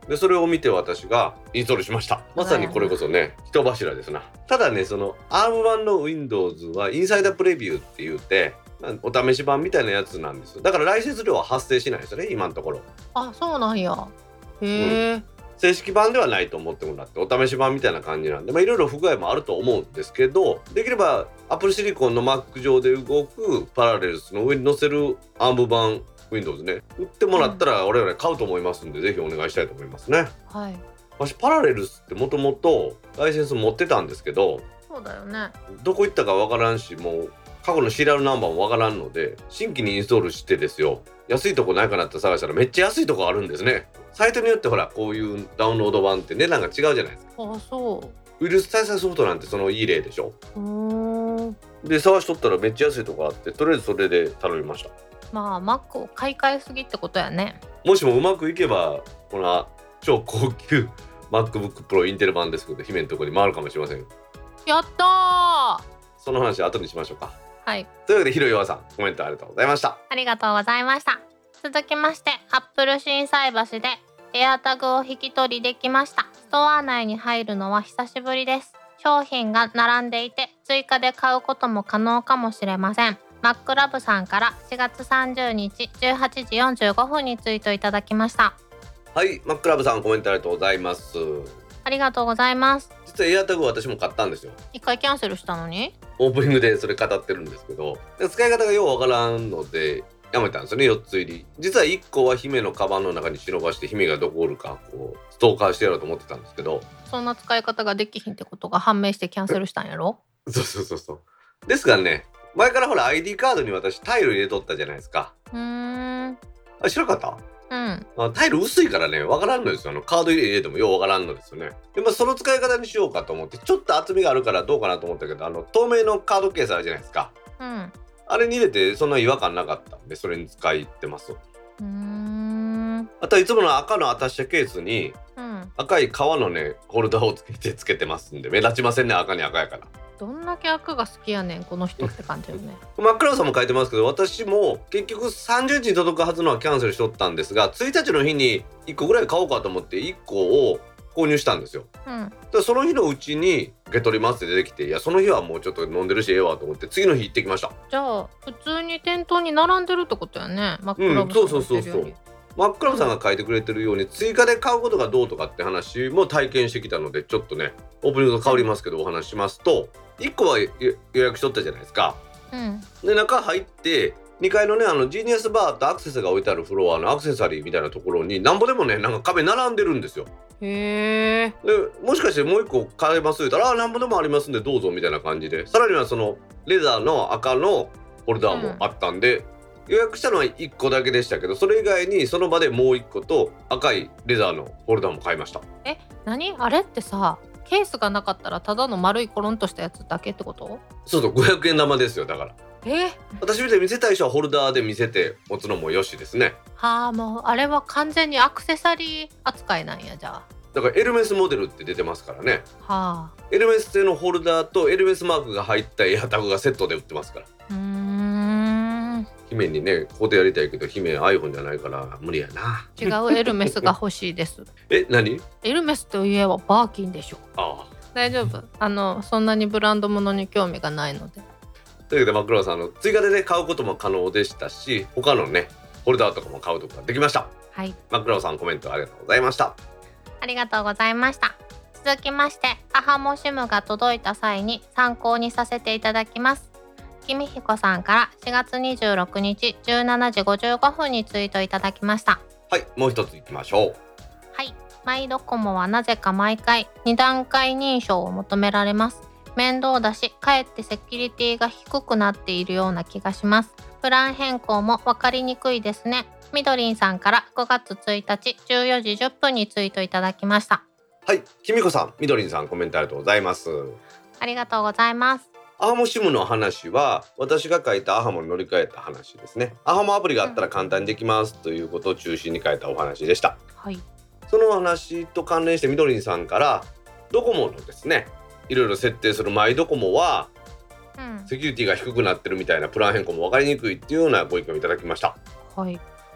でそれを見て私がインストールしました。まさにこれこそね人柱ですな。ただねその アーム 版の Windows はインサイダープレビューって言ってお試し版みたいなやつなんですよ。だからライセンス料は発生しないですよね今のところ。 あ、そうなんや。へえ、 うん、正式版ではないと思ってもらってお試し版みたいな感じなんで、まあいろいろ不具合もあると思うんですけど、できれば Apple Silicon の Mac 上で動くパラレルスの上に載せる アーム 版 Windows ね売ってもらったら我々買うと思いますんで、うん、ぜひお願いしたいと思いますね。 はい。 私パラレルスってもともとライセンス持ってたんですけど、 そうだよね。 どこ行ったかわからんし、もう過去のシリアルナンバーもわからんので新規にインストールしてですよ、安いとこないかなって探したらめっちゃ安いとこあるんですね。サイトによってほらこういうダウンロード版って値段が違うじゃないですか。 あ、そう。 ウイルス対策ソフトなんてそのいい例でしょ。 うーん。 で探しとったらめっちゃ安いとこあって、とりあえずそれで頼みました。 まあ Mac を買い替えすぎってことやね。 もしもうまくいけばこの超高級 MacBook Pro インテル版ですけど姫のところに回るかもしれませんよ。 やったー。 その話は後にしましょうか。 はい。 というわけでひろいわさんコメントありがとうございました。 ありがとうございました。続きまして Apple 心斎橋で AirTag を引き取りできました。ストア内に入るのは久しぶりです。商品が並んでいて追加で買うことも可能かもしれません。マックラブさんからしがつさんじゅうにちじゅうはちじよんじゅうごふんにツイートいただきました。 はい、マックラブさんコメントありがとうございます。 ありがとうございます。 実はエアタグ私も買ったんですよ。 一回キャンセルしたのにオープニングでそれ語ってるんですけど、使い方がようわからんのでやめたんですよね。よっつ入り。実はいっこは姫のカバンの中に忍ばして姫がどこおるかこうストーカーしてやろうと思ってたんですけど、 そんな使い方ができひんってことが判明してキャンセルしたんやろ。 そうそうそうそう。ですがね、前からほら アイディー カードに私タイル入れとったじゃないですか。 うーん。 あ、知らなかった？ うん、 あタイル薄いからねわからんのですよ。あのカード入れ入れてもようわからんのですよね。でまあその使い方にしようかと思って、ちょっと厚みがあるからどうかなと思ったけど、あの透明のカードケースあるじゃないですか。 うん、 あれに入れてそんな違和感なかったんでそれに使ってます。 うーん。 あとはいつもの赤のアタッシェケースにうん、 赤い革のねホルダーをつけてつけてますんで目立ちませんね。赤に赤やから。 どんだけ赤が好きやねんこの人って感じよね。 マックラブさんも書いてますけど、私も結局さんじゅうにちに届くはずのはキャンセルしとったんですが、ついたちの日にいっこぐらい買おうかと思っていっこを購入したんですよ。 うん、 でその日のうちに受け取りますって出てきて、いやその日はもうちょっと飲んでるしええわと思って次の日行ってきました。 じゃあ普通に店頭に並んでるってことやね。マックラブさんが言ってるように、 うん、そうそうそうそう。マックラブさんが書いてくれてるように追加で買うことがどうとかって話も体験してきたので、ちょっとねオープニングと変わりますけどお話しますと、いっこは予約しとったじゃないですか。 うん、で中入ってにかいのねあのジーニアスバーとアクセスが置いてあるフロアのアクセサリーみたいなところになんぼでもねなんか壁並んでるんですよ。 へー。 でもしかしてもういっこ買えますって言ったら、あなんぼでもありますんでどうぞみたいな感じで、さらにはそのレザーの赤のホルダーもあったんで、うん、予約したのはいっこだけでしたけど、それ以外にその場でもういっこと赤いレザーのホルダーも買いました。 え、何あれってさ、ケースがなかったらただの丸いコロンとしたやつだけってこと？ そうそう、ごひゃくえん玉ですよ。だからえ私みたいに見せたい人はホルダーで見せて持つのもよしですね。 はあ、もうあれは完全にアクセサリー扱いなんや。じゃあだからエルメスモデルって出てますからね。 はあ、 エルメス製のホルダーとエルメスマークが入ったエアタグがセットで売ってますから。 うーん、 姫にねここでやりたいけど姫 iPhone じゃないから無理やな。 違うエルメスが欲しいですえ、何？ エルメスといえばバーキンでしょ。 ああ、 大丈夫、あのそんなにブランド物に興味がないので。 というわけでマックラブさんの追加でね買うことも可能でしたし、他のねホルダーとかも買うことができました。 はい、 マックラブさんコメントありがとうございました。 ありがとうございました。続きましてアハモシムが届いた際に参考にさせていただきます。きみひこさんからしがつにじゅうろくにちじゅうしちじごじゅうごふんにツイートいただきました。 はい、もう一ついきましょう。 はい、マイドコモはなぜか毎回にだんかい認証を求められます。面倒だしかえってセキュリティが低くなっているような気がします。プラン変更も分かりにくいですね。みどりんさんからごがつついたちじゅうよじじゅっぷんにツイートいただきました。 はい、きみこさん、みどりんさんコメントありがとうございます。 ありがとうございます。 アハモシムの話は私が書いたアハモに乗り換えた話ですね。アハモアプリがあったら簡単にできますということを中心に書いたお話でした。 はい、 その話と関連してみどりんさんからドコモのですねいろいろ設定するマイドコモは、うん、セキュリティが低くなってるみたいなプラン変更も分かりにくいっていうようなご意見をいただきました。 はい、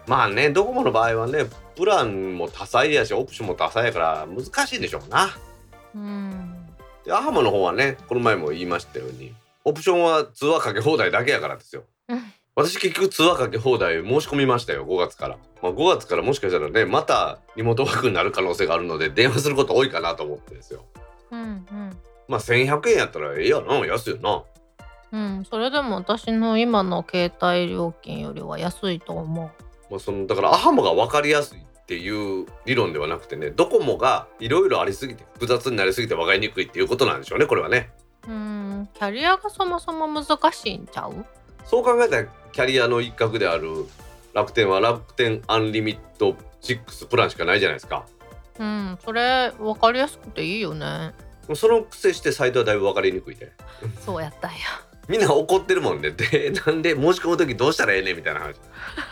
まあね、ドコモの場合はねプランも多彩やしオプションも多彩やから難しいでしょうな。 うんでアハモの方はねこの前も言いましたようにオプションは通話かけ放題だけやからですよ。私結局通話かけ放題申し込みましたよごがつから、まあ、ごがつからもしかしたらねまたリモートワークになる可能性があるので電話すること多いかなと思ってですよ。 うんうんまあせんひゃくえんやったらええやな、安いよな。 うん、それでも私の今の携帯料金よりは安いと思う。 まあ、そのだからアハモが分かりやすいっていう理論ではなくてね、ドコモがいろいろありすぎて複雑になりすぎて分かりにくいっていうことなんでしょうね、これはね。 うーん、キャリアがそもそも難しいんちゃう？ そう考えたらキャリアの一角である楽天は楽天アンリミットろくプランしかないじゃないですか。 うん、それ分かりやすくていいよね。 そのくせしてサイトはだいぶ分かりにくいでそうやったんや。 みんな怒ってるもんね。でなんで申し込む時どうしたらええねんみたいな話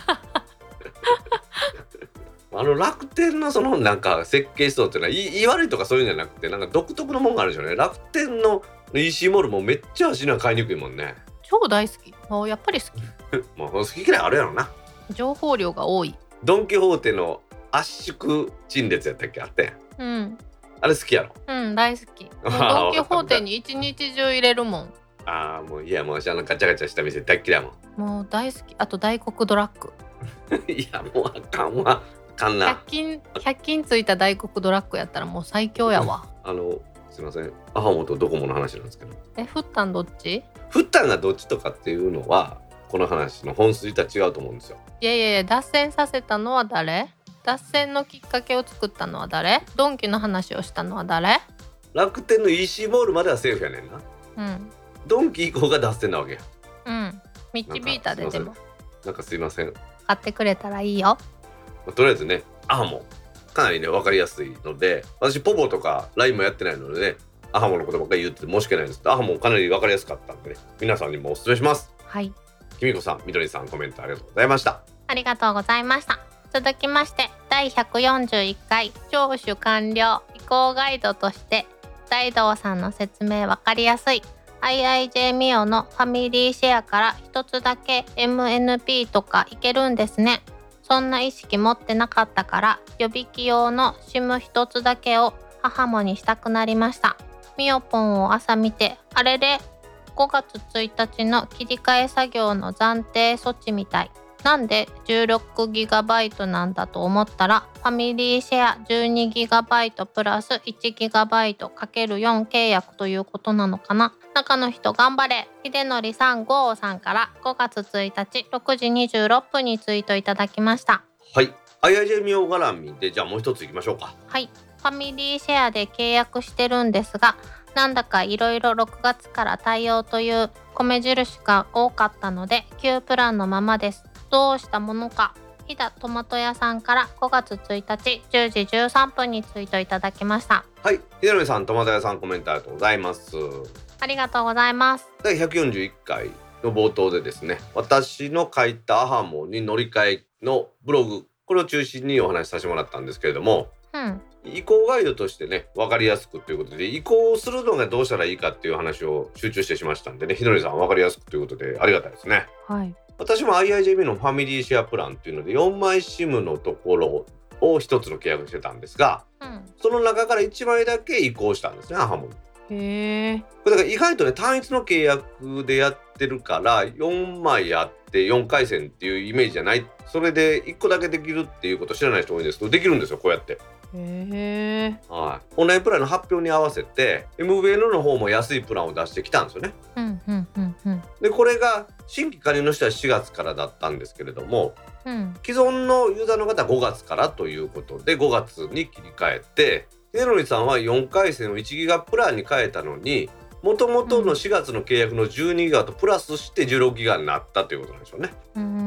あの楽天のそのなんか設計思想っていうのは言い悪いとかそういうんじゃなくてなんか独特のもんがあるんでしょうね。楽天の イーシー モールもめっちゃ足が買いにくいもんね。 超大好き。あ、やっぱり好き。 まあ好き嫌いあるやろな。 情報量が多い。 ドンキホーテの圧縮陳列やったっけあったやん。 うん。 あれ好きやろ。 うん、大好き。もうドンキホーテに一日中入れるもん。 ああもういやもう私あのガチャガチャした店大っ嫌いもん。 もう大好き。あと大黒ドラッグ。 いやもうあかんわ。あかんな。 ひゃく均ひゃく均ついた大黒ドラッグやったらもう最強やわ。 あのすいません、アハモとドコモの話なんですけど。 え、フッタンどっち？ フッタンがどっちとかっていうのはこの話の本筋とは違うと思うんですよ。 いやいやいや、脱線させたのは誰？脱線のきっかけを作ったのは誰？ドンキの話をしたのは誰？ 楽天の イーシー ボールまではセーフやねんな。 うん。 ドンキ以降が脱線なわけや。 うん。導いたででも。 なんかすいません。 買ってくれたらいいよ。 まあ、とりあえずね、アハモかなりね分かりやすいので、私ポポとか ライン もやってないのでね、アハモのことばっかり言ってて申し訳ないんですけど、アハモかなり分かりやすかったんでね、皆さんにもお勧めします。 はい。 きみこさん、みどりさんコメントありがとうございました。 ありがとうございました。続きましてだいひゃくよんじゅういっかい聴取完了移行ガイドとして大道さんの説明分かりやすい アイアイジェー ミオのファミリーシェアから一つだけ エムエヌピー とかいけるんですね。そんな意識持ってなかったから予備機用の シム 一つだけを母もにしたくなりました。ミオポンを朝見てあれれごがつついたちの切り替え作業の暫定措置みたい。なんで じゅうろくギガバイト なんだと思ったらファミリーシェア じゅうにギガバイト プラス いちギガバイトかけるよん 契約ということなのかな。中の人頑張れ。秀則さんごおさんからごがつついたちろくじにじゅうろっぷんにツイートいただきました。 はい、 アイアイジェー ミオ絡みでじゃあもう一ついきましょうか。 はい、ファミリーシェアで契約してるんですがなんだかいろいろろくがつから対応という米印が多かったので旧プランのままです。どうしたものか。飛騨トマト屋さんからごがつついたちじゅうじじゅうさんぷんにツイートいただきました。 はい、ひでのりさん、トマト屋さんコメントありがとうございます。 ありがとうございます。 だいひゃくよんじゅういっかいの冒頭でですね、私の書いたアハモに乗り換えのブログ、これを中心にお話しさせてもらったんですけれども、 うん、 移行ガイドとしてね分かりやすくということで移行するのがどうしたらいいかっていう話を集中してしましたんでね、ひどりさん分かりやすくということでありがたいですね。 はい、 私も アイアイジェー ミー のファミリーシェアプランっていうのでよんまい シム のところをひとつの契約してたんですが、 うん、 その中からいちまいだけ移行したんですね、アハモに。 へー。 これだから意外とね単一の契約でやってるからよんまいあってよんかい戦っていうイメージじゃない。それでいっこだけできるっていうこと知らない人多いんですけどできるんですよ、こうやって。 へー。 はい、オンラインプランの発表に合わせて エムブイエヌ の方も安いプランを出してきたんですよね。 うんうんうんうん、でこれが新規加入の人はしがつからだったんですけれども、 うん、 既存のユーザーの方はごがつからということでごがつに切り替えて、ひでのりさんはよんかい戦をいちギガプランに変えたのにもともとのしがつの契約のじゅうにギガとプラスしてじゅうろくギガになったということなんでしょうね。 うーん、うん、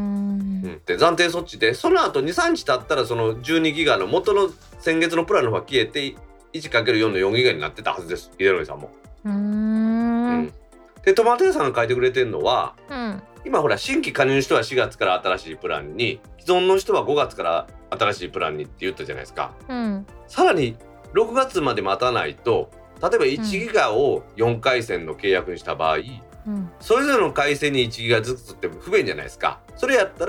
で暫定措置でその後 にさんにち経ったらそのじゅうにギガの元の先月のプランの方が消えて いちかけるよん のよんギガになってたはずです、ひでのりさんも。 うーん、 うん、でトマト屋さんが書いてくれてるのは、 うん、 今ほら新規加入の人はしがつから新しいプランに既存の人はごがつから新しいプランにって言ったじゃないですか、 うん、 さらにろくがつまで待たないと例えばいちギガをよんかい戦の契約にした場合、うん、それぞれの回線にいちギガずつって不便じゃないですか。それやったら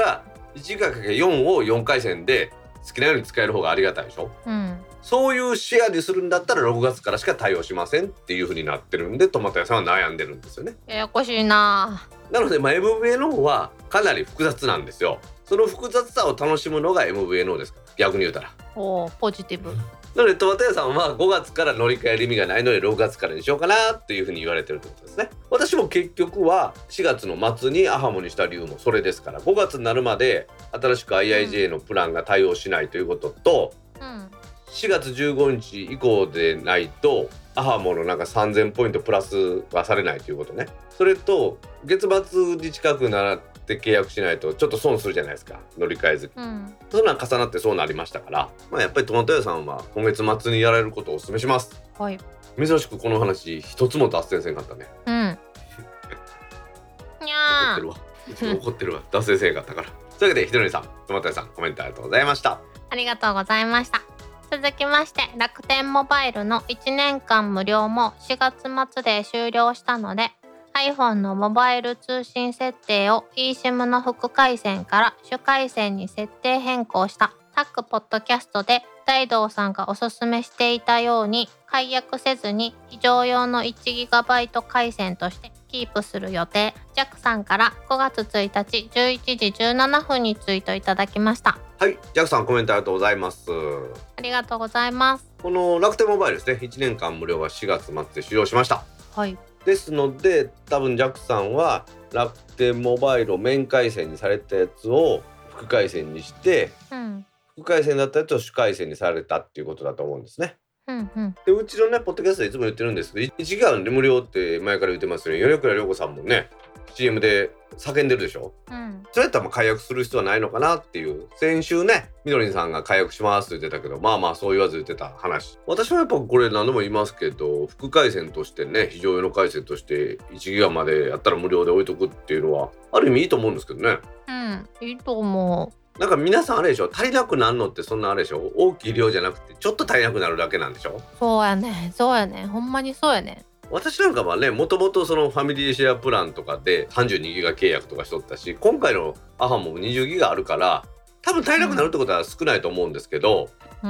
いちギガかけるよんをよんかいせんで好きなように使える方がありがたいでしょ、 うん、 そういうシェアにするんだったらろくがつからしか対応しませんっていう風になってるんで、トマト屋さんは悩んでるんですよね。 ややこしいな。 なので、まあ、エムブイエー の方はかなり複雑なんですよ。その複雑さを楽しむのが エムブイエー の方ですから、逆に言うたら。 おー、ポジティブ。 なのでトマト屋さんはごがつから乗り換える意味がないのでろくがつからにしようかなっていうふうに言われてるってことですね。私も結局はしがつの末にアハモにした理由もそれですから、ごがつになるまで新しく アイアイジェー のプランが対応しないということと、うん、しがつじゅうごにち以降でないとアハモのなんかさんぜんポイントプラスはされないということね。それと月末に近くなって契約しないとちょっと損するじゃないですか、乗り換えず、うん、そんなん重なってそうなりましたから、まあ、やっぱりトマト屋さんは今月末にやられることをお勧めします。はい。珍しくこの話一つも脱線せんかったね。うん。にゃー怒ってるわ、いつも怒ってるわ脱線せんかったから。というわけでひとりさん、トマト屋さん、コメントありがとうございました。 ありがとうございました。続きまして楽天モバイルのいちねんかん無料もしがつ末で終了したので、 iPhone のモバイル通信設定を eSIM の副回線から主回線に設定変更したタックポッドキャストで大道さんがおすすめしていたように、解約せずに非常用の いちギガバイト 回線としてキープする予定。ジャックさんからごがつついたちじゅういちじじゅうななふんにツイートいただきました。 はい、ジャックさんコメントありがとうございます。 ありがとうございます。 この楽天モバイルですね、いちねんかん無料はしがつ末で終了しました。はい。ですので多分ジャックさんは楽天モバイルを面回線にされたやつを副回線にして、うん、副回線だったやつを主回線にされたっていうことだと思うんですね。うんうん、でうちのねポッドキャストでいつも言ってるんですけど、いちギガで無料って前から言ってますよね。米倉涼子さんもね シーエム で叫んでるでしょ、うん、それやったら解約する必要はないのかなっていう。先週ねみどりんさんが解約しますって言ってたけど、まあまあそう言わず言ってた話、私はやっぱこれ何度も言いますけど、副回線としてね、非常用の回線としていちギガまでやったら無料で置いとくっていうのはある意味いいと思うんですけどね。 うん、いいと思う。 なんか皆さんあれでしょ、足りなくなるのってそんなあれでしょ、大きい量じゃなくてちょっと足りなくなるだけなんでしょ。 そうやね、そうやね、ほんまにそうやね。 私なんかはね、もともとそのファミリーシェアプランとかでさんじゅうにギガ契約とかしとったし、今回のアハもにじゅうギガあるから多分足りなくなるってことは少ないと思うんですけど、うん、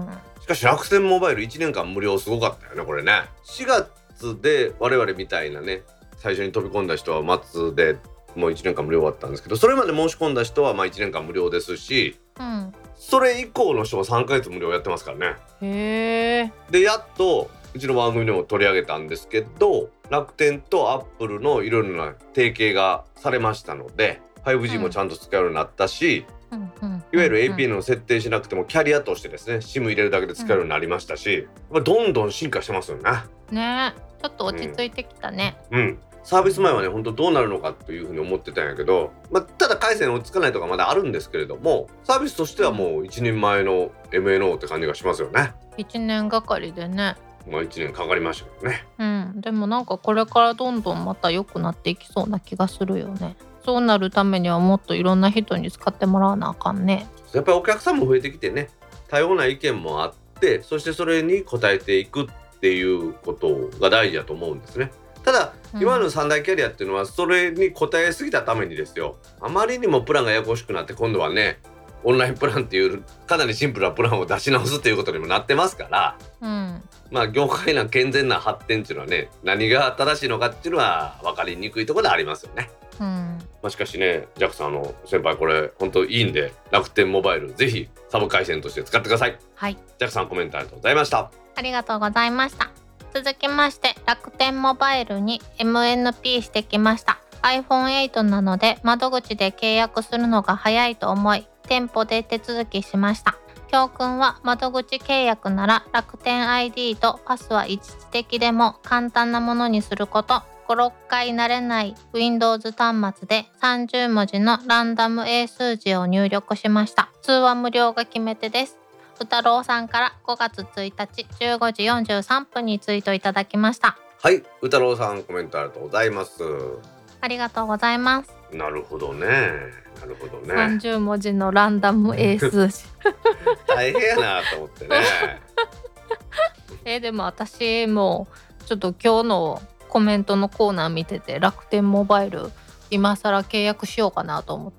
しかし楽天モバイルいちねんかん無料すごかったよねこれね。しがつで我々みたいなね最初に飛び込んだ人は末でもういちねんかん無料だったんですけど、それまで申し込んだ人はまあいちねんかん無料ですし、うん、それ以降の人はさんかげつ無料やってますからね。へー。でやっとうちの番組でも取り上げたんですけど、楽天とアップルのいろいろな提携がされましたので ファイブジー もちゃんと使えるようになったし、うんうん、いわゆる エーピーエヌ の設定しなくてもキャリアとしてですね SIM 入れるだけで使えるようになりましたし、うん、どんどん進化してますよね。 ね、ちょっと落ち着いてきたね。 うん、うん、サービス前はね本当どうなるのかというふうに思ってたんやけど、まあ、ただ回線追いつかないとかまだあるんですけれども、サービスとしてはもう一人前の エムエヌオー って感じがしますよね。 いちねんがかりでね。 まあいちねんかかりましたけどね。 うん、でもなんかこれからどんどんまた良くなっていきそうな気がするよね。そうなるためにはもっといろんな人に使ってもらわなあかんね。 やっぱりお客さんも増えてきてね、多様な意見もあって、そしてそれに応えていくっていうことが大事だと思うんですね。ただ、うん、今の三大キャリアっていうのはそれに応えすぎたためにですよ、あまりにもプランがややこしくなって今度はねオンラインプランっていうかなりシンプルなプランを出し直すということにもなってますから、うん、まあ業界の健全な発展っていうのはね、何が正しいのかっていうのは分かりにくいところでありますよね。うん、まあ、しかしねジャックさんあの先輩これ本当いいんで楽天モバイルぜひサブ回線として使ってください。はい、ジャックさんコメントありがとうございました。 ありがとうございました。続きまして楽天モバイルに エムエヌピー してきました。 アイフォンエイト なので窓口で契約するのが早いと思い店舗で手続きしました。教訓は窓口契約なら楽天 アイディー とパスは一時的でも簡単なものにすること。ご、ろっかい慣れない Windows 端末でさんじゅうもじのランダム英数字を入力しました。通話無料が決め手です。うたろうさんからごがつついたちじゅうごじよんじゅうさんぷんにツイートいただきました。 はい、うたろうさんコメントありがとうございます。 ありがとうございます。 なるほどね、なるほどね。 さんじゅうもじのランダム英数字大変やなと思ってねえでも私もちょっと今日のコメントのコーナー見てて楽天モバイル今更契約しようかなと思って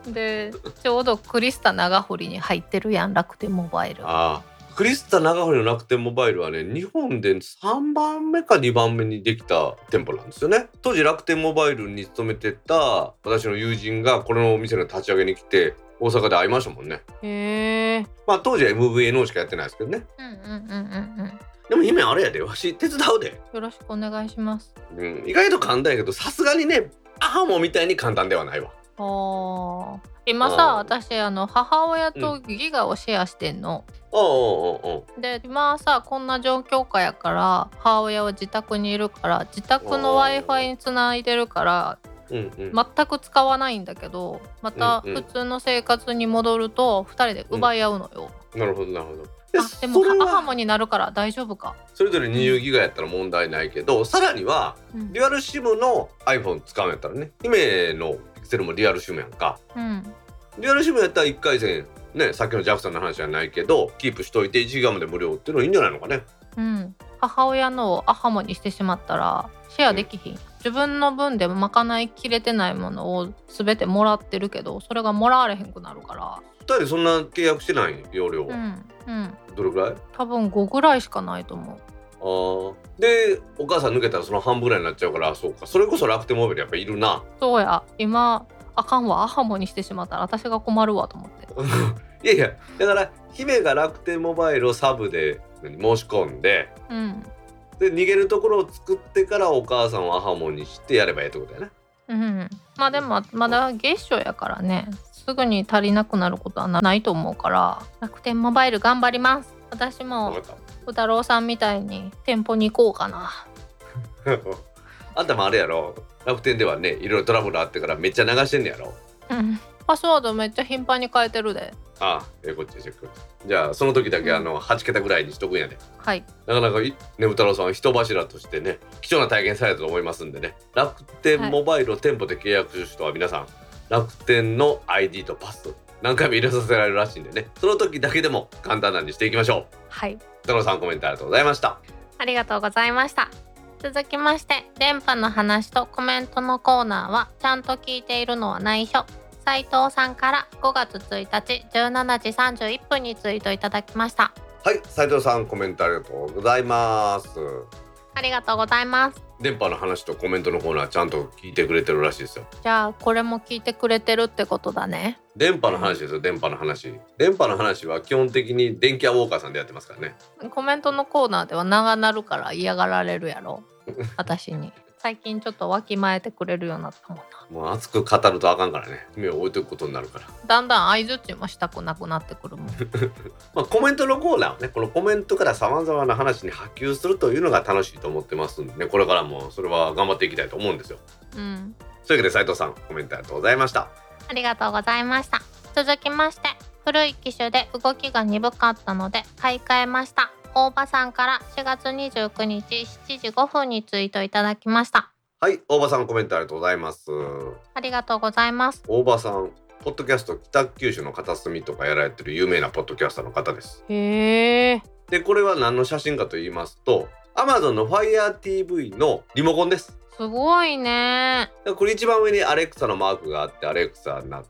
でちょうどクリスタ長堀に入ってるやん、楽天モバイル。 ああ、クリスタ長堀の楽天モバイルはね、日本でさんばんめかにばんめにできた店舗なんですよね。当時楽天モバイルに勤めてた私の友人がこのお店の立ち上げに来て大阪で会いましたもんね。 へえ。 まあ当時は エムブイエヌオー しかやってないですけどね。 うんうんうんうんうん。 でも姫あれやで、わし手伝うで。 よろしくお願いします。 うん、意外と簡単やけど、さすがにね、アハモみたいに簡単ではないわ。 あ今さ、私あの母親とギガをシェアしてんの。 おうおうおうおう。 で今さこんな状況下やから母親は自宅にいるから自宅の Wi-Fi につないでるから、 うんうん、 全く使わないんだけど、また普通の生活に戻るとふたりで奪い合うのよ、 うん、なるほどなるほど。 あでもアハモになるから大丈夫か。 それぞれにじゅうギガやったら問題ないけど、うん、さらには、うん、デュアル SIM の iPhone 使うんやったらね、姫のピクセルもデュアル SIM やんか、うん、デュアル SIM やったらいっかいせんね、さっきのジャクさんの話じゃないけどキープしといていちギガまで無料っていうのはいいんじゃないのかね。 うん、母親のをアハモにしてしまったらシェアできひん、うん、自分の分で賄いきれてないものを全てもらってるけどそれがもらわれへんくなるから。 ふたりそんな契約してない容量は、 うんうん、 どれぐらい？ 多分ごぐらいしかないと思う。あでお母さん抜けたらその半分ぐらいになっちゃうから、そうか、それこそ楽天モバイルやっぱいるな。 そうや、今あかんわ、アハモにしてしまったら私が困るわと思っていやいや、だから姫が楽天モバイルをサブで申し込んで、うん、で逃げるところを作ってからお母さんをアハモにしてやればいいってことやね。 うん、まあでもまだ月初やからね、すぐに足りなくなることはないと思うから楽天モバイル頑張ります。私も小太郎さんみたいに店舗に行こうかなあんたもあれやろ、楽天ではねいろいろトラブルあってからめっちゃ流してんねやろ。 うん、パスワードめっちゃ頻繁に変えてるで。 ああ、ええこっちですよ。じゃあその時だけあの、うん、はちけたぐらいにしとくんやで。 はい。 なかなかねぶ太郎さんは人柱としてね貴重な体験されたと思いますんでね、楽天モバイルを店舗で契約する人は皆さん、はい、楽天の アイディー とパス何回も入れさせられるらしいんでね、その時だけでも簡単なんにしていきましょう。 はい。 太郎さんコメントありがとうございました。 ありがとうございました。続きまして電波の話とコメントのコーナーはちゃんと聞いているのは内緒、斉藤さんからごがつついたちじゅうしちじさんじゅういっぷんにツイートいただきました。 はい、斉藤さんコメントありがとうございます。 ありがとうございます。 電波の話とコメントのコーナーちゃんと聞いてくれてるらしいですよ。 じゃあこれも聞いてくれてるってことだね。 電波の話ですよ、電波の話。電波の話は基本的に電気屋ウォーカーさんでやってますからね。 コメントのコーナーでは長なるから嫌がられるやろ私に。最近ちょっとわきまえてくれるようになったもんな。 もう熱く語るとあかんからね、目を置いておくことになるから。 だんだん相づちもしたくなくなってくるもんまあコメントのコーナーはね、このコメントからさまざまな話に波及するというのが楽しいと思ってますんでね、これからもそれは頑張っていきたいと思うんですよ。うん。そういうわけで斉藤さんコメントありがとうございました。 ありがとうございました。続きまして古い機種で動きが鈍かったので買い替えました。大場さんからしがつにじゅうくにちしちじごふんにツイートいただきました。 はい、大場さんコメントありがとうございます。 ありがとうございます。 大場さんポッドキャスト北九州の片隅とかやられてる有名なポッドキャスターの方です。 へー。 でこれは何の写真かと言いますと Amazon の Fire ティーブイ のリモコンです。 すごいね。 これ一番上にアレクサのマークがあってアレクサになって、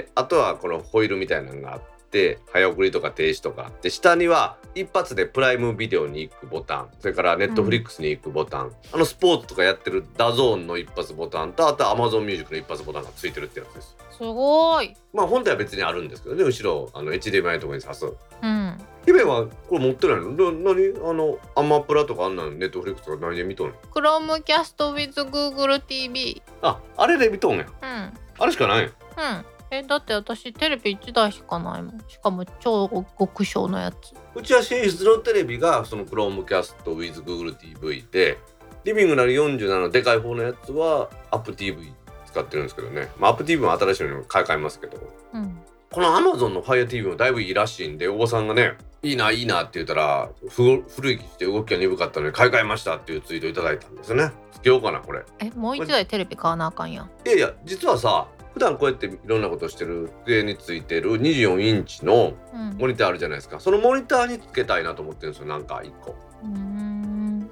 あとはこのホイールみたいなのがあって早送りとか停止とかで、下には一発でプライムビデオに行くボタン、それからネットフリックスに行くボタン、うん、あのスポーツとかやってるダゾーンの一発ボタンと、あとは Amazon ミュージックの一発ボタンがついてるってやつです。 すごい。 まあ本体は別にあるんですけどね、後ろあの エイチディーエムアイ のところに挿す。うん。姫はこれ持ってないの？な、何あのアマプラとかあんなのネットフリックスとか何で見とんの？ Chromecast with Google ティーブイ。 あ、あれで見とんや。うん。あれしかないん。うん。 え、だって私テレビいちだいしかないもん。しかも超極小のやつ。 うちは寝室のテレビがその Chromecast with Google ティーブイ で、リビングならよんじゅうななのでかい方のやつは Apple ティーブイ 使ってるんですけどね。まあ Apple ティーブイ も新しいのに買い替えますけど、うん、この Amazon の Fire ティーブイ もだいぶいいらしいんで、おばさんがねいいないいなって言ったら、古い機種で動きが鈍かったのに買い替えましたっていうツイートいただいたんですよね。つけようかなこれ。 え、もう一台テレビ買わなあかんやん。 いやいや、実はさ、普段こうやっていろんなことしてる机についてるにじゅうよんインチのモニターあるじゃないですか、うん、そのモニターにつけたいなと思ってるんですよ、なんかいっこ。うーん、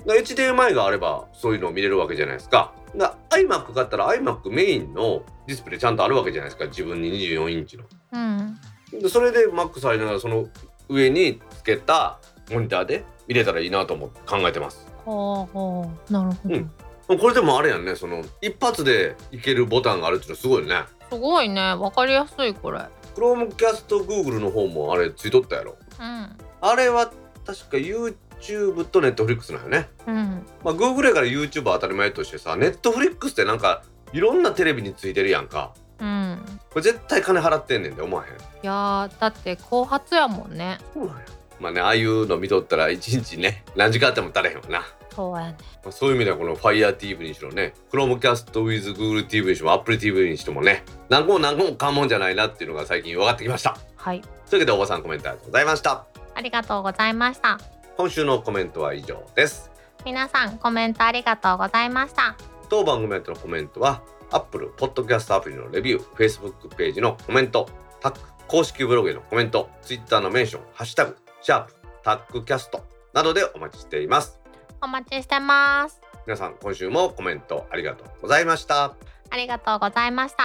エイチディーエムアイ があればそういうのを見れるわけじゃないですか。だ iMac 買ったら iMac メインのディスプレイちゃんとあるわけじゃないですか、自分ににじゅうよんインチの、 うん、 でそれで Mac されながらその上につけたモニターで見れたらいいなと思って考えてます。 ほうほう、なるほど、 うん、これでもあれやんね、その一発でいけるボタンがあるっていうのすごいね。 すごいね、わかりやすいこれ。 Chromecast Google の方もあれついとったやろ。 うん、 あれは確か YouTube と Netflix なんよね。 うん、 まあ Google やから YouTube は当たり前としてさ、 Netflix ってなんかいろんなテレビについてるやんか。 うん、 これ絶対金払ってんねんで思わへん？ いやだって後発やもんね。 そうなんや。まあね、ああいうの見とったらいちにちね何時間あっても足れへんわな。 そうやね。 そういう意味ではこの FireTV にしろね、 Chromecast with Google ティーブイ にしても Apple ティーブイ にしてもね、何個も何個も買うもんじゃないなっていうのが最近分かってきました。 はい、 というわけでおばさんコメントありがとうございました。 ありがとうございました。 今週のコメントは以上です。 皆さんコメントありがとうございました。 当番組へのコメントは Apple Podcast アプリのレビュー、 Facebook ページのコメント、タック公式ブログへのコメント、 Twitter のメンション、ハッシュタグシャープタックキャストなどでお待ちしています。 お待ちしてます。 皆さん今週もコメントありがとうございました。 ありがとうございました。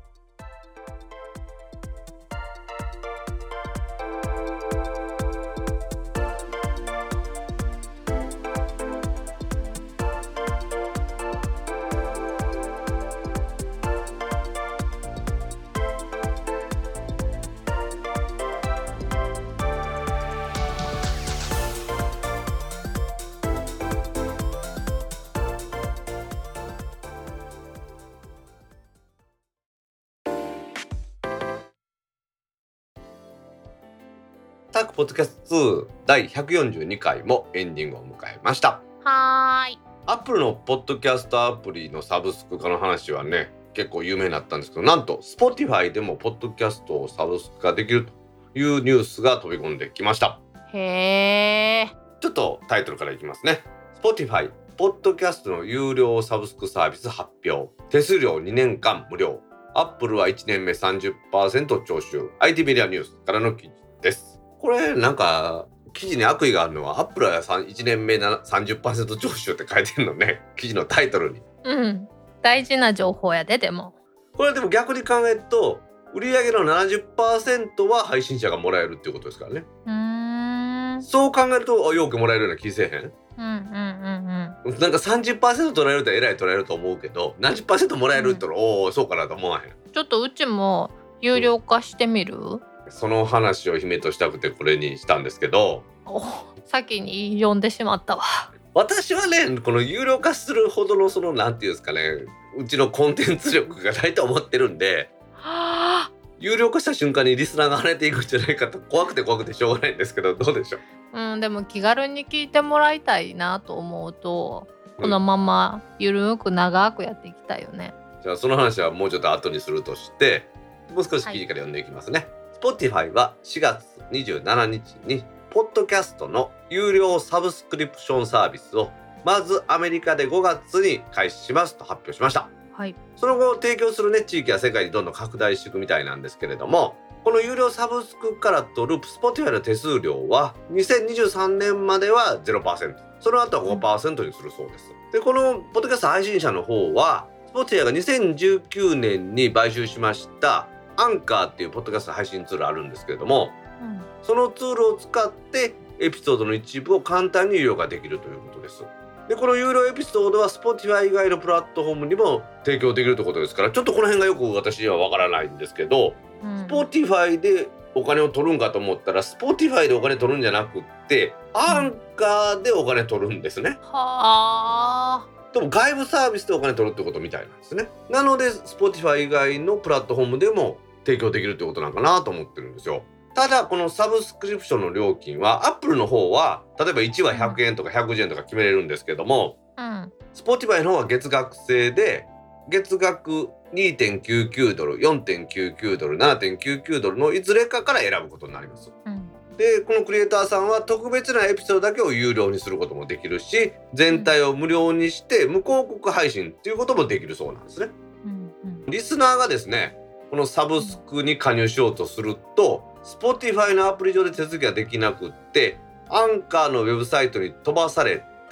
タックポッドキャストツーだいひゃくよんじゅうにかいもエンディングを迎えました。 はーい。 Apple のポッドキャストアプリのサブスク化の話はね結構有名になったんですけど、なんと Spotify でもポッドキャストをサブスク化できるというニュースが飛び込んできました。 へー。 ちょっとタイトルからいきますね。 Spotify ポッドキャストの有料サブスクサービス発表、手数料にねんかん無料、 Apple はいちねんめ さんじゅっパーセント 徴収、 アイティー メディアニュースからの記事です。これなんか記事に悪意があるのは Apple はいちねんめ さんじゅっパーセント 徴収って書いてるのね、記事のタイトルに。 うん、大事な情報やで。でもこれでも逆に考えると売上の ななじゅっパーセント は配信者がもらえるっていうことですからね。 うーん、 そう考えるとよくもらえるような気せえへん？ うんうんうんうん。 なんか さんじゅっパーセント 取られるとえらい取られると思うけど、何十パーセントもらえるって言ったら、うん、おおそうかなと思わへん？ ちょっとうちも有料化してみる？うん、 その話を姫としたくてこれにしたんですけど、 お先に読んでしまったわ。 私はねこの有料化するほどのそのなんていうんですかね、うちのコンテンツ力がないと思ってるんで、はあ、有料化した瞬間にリスナーが跳ねていくんじゃないかと怖くて怖くてしょうがないんですけど、どうでしょう？ うん、でも気軽に聞いてもらいたいなと思うと、このままゆるく長くやっていきたいよね、 うん、じゃあその話はもうちょっと後にするとして、もう少し記事から読んでいきますね、はい、Spotify はしがつにじゅうしちにちにポッドキャストの有料サブスクリプションサービスをまずアメリカでごがつに開始しますと発表しました。 はい、 その後提供するね地域や世界にどんどん拡大していくみたいなんですけれども、この有料サブスクから取る Spotify の手数料はにせんにじゅうさんねんまでは ゼロパーセント、 その後は ごパーセント にするそうです。でこのポッドキャスト配信者の方は Spotify がにせんじゅうきゅうねんに買収しましたアンカーっていうポッドキャスト配信ツールあるんですけれども、うん、そのツールを使ってエピソードの一部を簡単に有料化できるということです。でこの有料エピソードは Spotify 以外のプラットフォームにも提供できるということですから、ちょっとこの辺がよく私にはわからないんですけど、うん、Spotify でお金を取るんかと思ったら Spotify でお金取るんじゃなくってアンカーでお金取るんですね、うん、はー。でも外部サービスでお金取るってことみたいなんですね。なので Spotify 以外のプラットフォームでも提供できるってことなんかなと思ってるんですよ。ただこのサブスクリプションの料金は Apple の方は例えばいちわひゃくえんとかひゃくじゅうえんとか決めれるんですけども、うん、Spotify の方は月額制で月額 にてんきゅうきゅうドル、よんてんきゅうきゅうドル、ななてんきゅうきゅうドルのいずれかから選ぶことになります、うん、でこのクリエイターさんは特別なエピソードだけを有料にすることもできるし、全体を無料にして無広告配信っていうこともできるそうなんですね、うんうん、リスナーがですねこのサブスクに加入しようとすると Spotify のアプリ上で手続きができなくってアンカーのウェブサイトに飛ばされて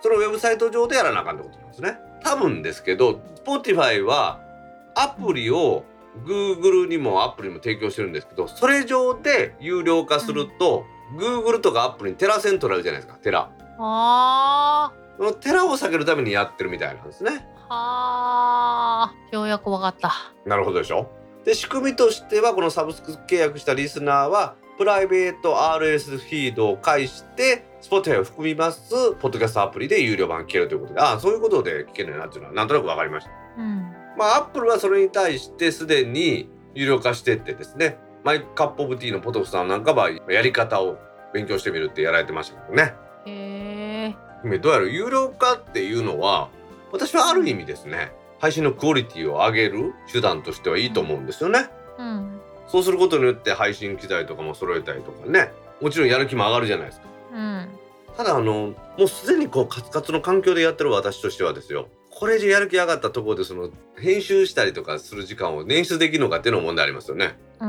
そのウェブサイト上でやらなあかんってことなんですね。多分ですけど Spotify はアプリを Google にもアプリにも提供してるんですけど、それ上で有料化すると、うん、Google とかアップルにテラセントラルじゃないですか。テラあそのテラを下げるためにやってるみたいなんですね。 はー、ようやく分かった。 なるほどでしょ。で仕組みとしてはこのサブスク契約したリスナーはプライベート アールエス フィードを介して Spotify を含みますポッドキャストアプリで有料版聞けるということで、ああそういうことで聞けるなっていうのはなんとなく分かりました。 うん、 まあ Apple はそれに対してすでに有料化してってですね、マイカップオブティーのポトフさんなんかはやり方を勉強してみるってやられてましたけどね。 へえ。どうやら有料化っていうのは私はある意味ですね、配信のクオリティを上げる手段としてはいいと思うんですよね。 うん、 そうすることによって配信機材とかも揃えたりとかね、もちろんやる気も上がるじゃないですか。 うん、 ただあのもうすでにこうカツカツの環境でやってる私としてはですよ、これ以上やる気上がったところでその編集したりとかする時間を捻出できるのかっていうのも問題ありますよね。 うん、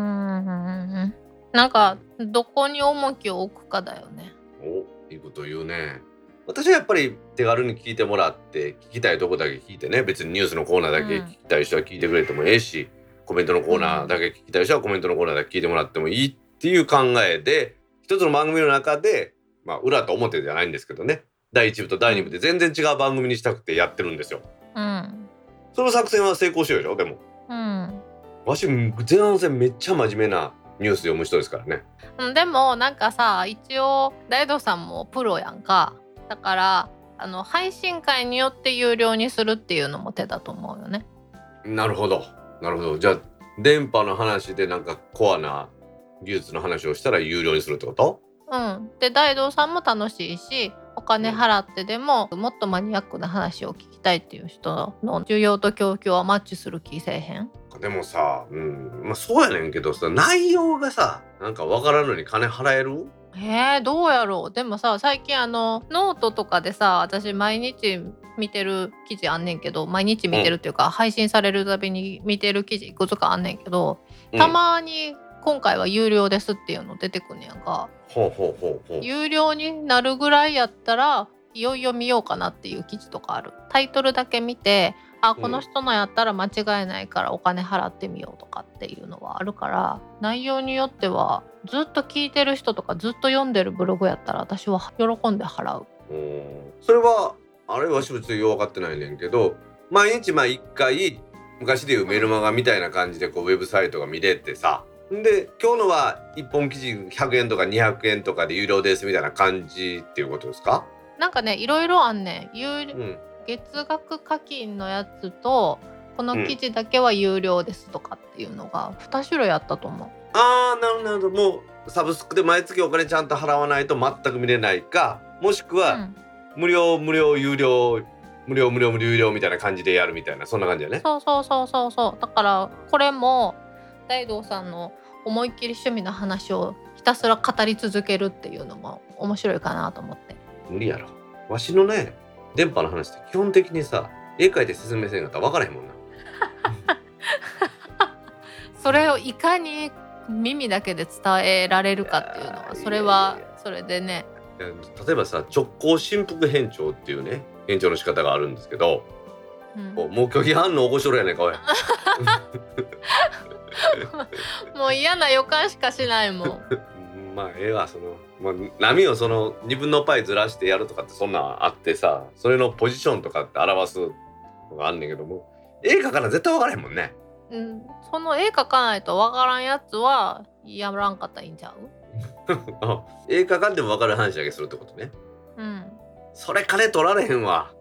なんかどこに重きを置くかだよね。 お、いいこと言うね。私はやっぱり手軽に聞いてもらって聞きたいとこだけ聞いてね、別にニュースのコーナーだけ聞きたい人は聞いてくれてもええし、うん、コメントのコーナーだけ聞きたい人はコメントのコーナーだけ聞いてもらってもいいっていう考えで、一つの番組の中でまあ裏と表じゃないんですけどね、だいいち部とだいに部で全然違う番組にしたくてやってるんですよ。 うん、 その作戦は成功しようでしょ。でも、 うん、 わし前半戦めっちゃ真面目なニュース読む人ですからね。 でもなんかさ、一応大道さんもプロやんか。だからあの配信会によって有料にするっていうのも手だと思うよね。 なるほどなるほど。じゃあ電波の話でなんかコアな技術の話をしたら有料にするってこと？ うん。で大道さんも楽しいし、お金払ってでももっとマニアックな話を聞きたいっていう人の需要と供給はマッチする気せえへん？ でもさ、うん、まあそうやねんけどさ、内容がさなんかわからんのに金払える？ えー、どうやろう。でもさ、最近あのノートとかでさ、私毎日見てる記事あんねんけど、毎日見てるっていうか、うん、配信されるたびに見てる記事いくつかあんねんけど、たまに今回は有料ですっていうの出てくんねやんか。 ほうほうほうほう。 有料になるぐらいやったらいよいよ見ようかなっていう記事とかある。タイトルだけ見て、あ、この人のやったら間違いないからお金払ってみようとかっていうのはあるから、内容によってはずっと聞いてる人とかずっと読んでるブログやったら私は喜んで払う。 うん、それはあれわし別によう分かってないねんけど、毎日まあいっかい昔でいうメルマガみたいな感じでこうウェブサイトが見れてさ、で今日のはいっぽん記事ひゃくえんとかにひゃくえんとかで有料ですみたいな感じっていうことですか？ なんかね、いろいろあんねん。有、うん、月額課金のやつとこの記事だけは有料ですとかっていうのがに種類あったと思う。 あー、なるほどなるほど。もうサブスクで毎月お金ちゃんと払わないと全く見れないか、もしくは、うん、無料無料有料無料無料無料有料みたいな感じでやるみたいな、そんな感じだね。 そうそうそうそうそう。だからこれも大道さんの思いっきり趣味の話をひたすら語り続けるっていうのも面白いかなと思って。 無理やろ。わしのね電波の話って基本的にさ、絵描いて説明せんかったら分からへんもんな。 それをいかに耳だけで伝えられるかっていうのは、それはそれでね。 例えばさ、直行振幅変調っていうね変調の仕方があるんですけど、うん、もう拒否反応起こしとるやねんかおい。 もう嫌な予感しかしないもん。 まあええわ、その、まあ、波をそのにぶんのパイずらしてやるとかってそんなんあってさ、それのポジションとかって表すのがあんねんけども、絵描かな絶対分からへんもんね。 うん、その絵描かないと分からんやつはやらんかったらいいんちゃう？ 絵描かんでも分かる話だけするってことね。 うん。 それ金取られへんわ。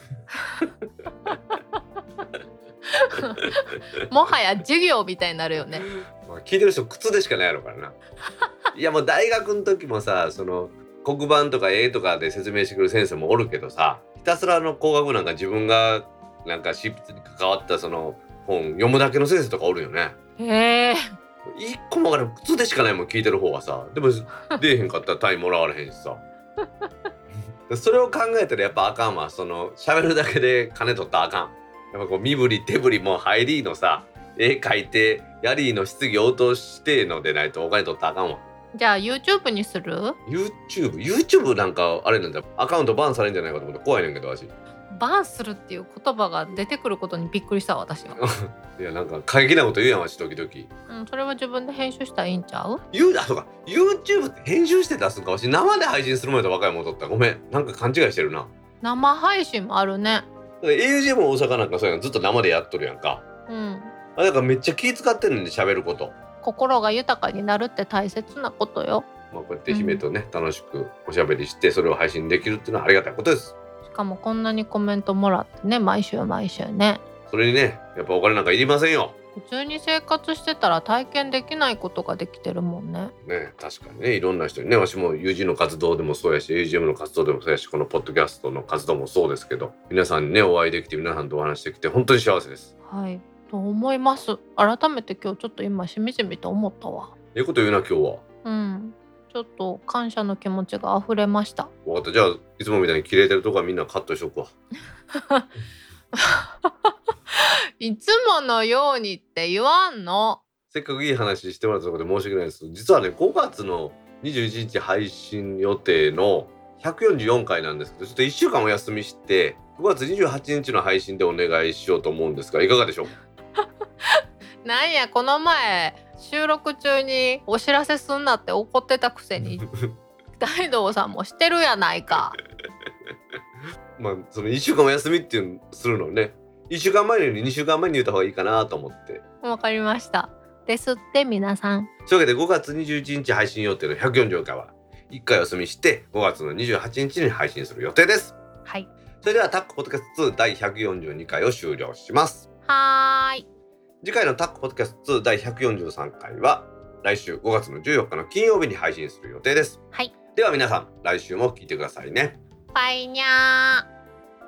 もはや授業みたいになるよね。 まあ、聞いてる人苦痛でしかないやろからな。いやもう大学の時もさ、その黒板とか絵とかで説明してくれる先生もおるけどさ、ひたすらの工学なんか自分がなんか執筆に関わったその本読むだけの先生とかおるよね。 へえ。 一個も分からん、苦痛でしかないもん聞いてる方はさ。でも出えへんかったら単位もらわれへんしさ。それを考えたらやっぱあかんわ。その喋るだけで金取ったらあかん。やっぱこう身振り手振りも入りのさ、絵描いてやりの質疑応答してのでないとお金取ったらあかんわ。 じゃあ YouTube にする？ YouTube YouTube なんかあれなんだ、アカウントバンされるんじゃないかと思って怖いねんけど、私バンするっていう言葉が出てくることにびっくりした私は。 いやなんか過激なこと言うやんわし時々。 うん、それは自分で編集したらいいんちゃう？ 言うあそうか YouTube って編集して出すんか。わし生で配信する前と若いもんとった。ごめんなんか勘違いしてるな。 生配信もあるね。 だから エーユージェー も大阪なんかそうやんずっと生でやっとるやんか。 うんあだからめっちゃ気使ってるんで喋ること。 心が豊かになるって大切なことよ。 まあ、こうやって姫とね、うん、楽しくおしゃべりしてそれを配信できるっていうのはありがたいことです。 しかもこんなにコメントもらってね、毎週毎週ね。 それにねやっぱお金なんかいりませんよ。 普通に生活してたら体験できないことができてるもんね。 ね確かにね、いろんな人にね、私も ユージー の活動でもそうやし エージーエム の活動でもそうやし、このポッドキャストの活動もそうですけど、皆さんにねお会いできて皆さんとお話できて本当に幸せです。 はいと思います。改めて今日ちょっと今しみじみと思ったわ。 ええこと言うな今日は。 うんちょっと感謝の気持ちが溢れました。 分かった、じゃあいつもみたいに切れてるとこはみんなカットしとくわいつものようにって言わんの。 せっかくいい話してもらったところで申し訳ないです。実はねごがつのにじゅういちにち配信予定のひゃくよんじゅうよんかいなんですけど、ちょっといっしゅうかんお休みしてごがつにじゅうはちにちの配信でお願いしようと思うんですがいかがでしょうか。 なんやこの前収録中にお知らせすんなって怒ってたくせに大道さんもしてるやないか。 まあそのいっしゅうかんお休みっていうのするのね、いっしゅうかんまえよりにしゅうかんまえに言った方がいいかなと思って。 わかりましたですって皆さん。 というわけでごがつにじゅういちにち配信予定のひゃくよんじゅうよんかいはいっかいお休みしてごがつのにじゅうはちにちに配信する予定です。 はい、 それではタックポッドキャストツーだいひゃくよんじゅうにかいを終了します。 はーい。 次回のタックポッドキャストツーだいひゃくよんじゅうさんかいは来週ごがつのじゅうよっかの金曜日に配信する予定です。 はい、 では皆さん来週も聞いてくださいね。 バイニャー。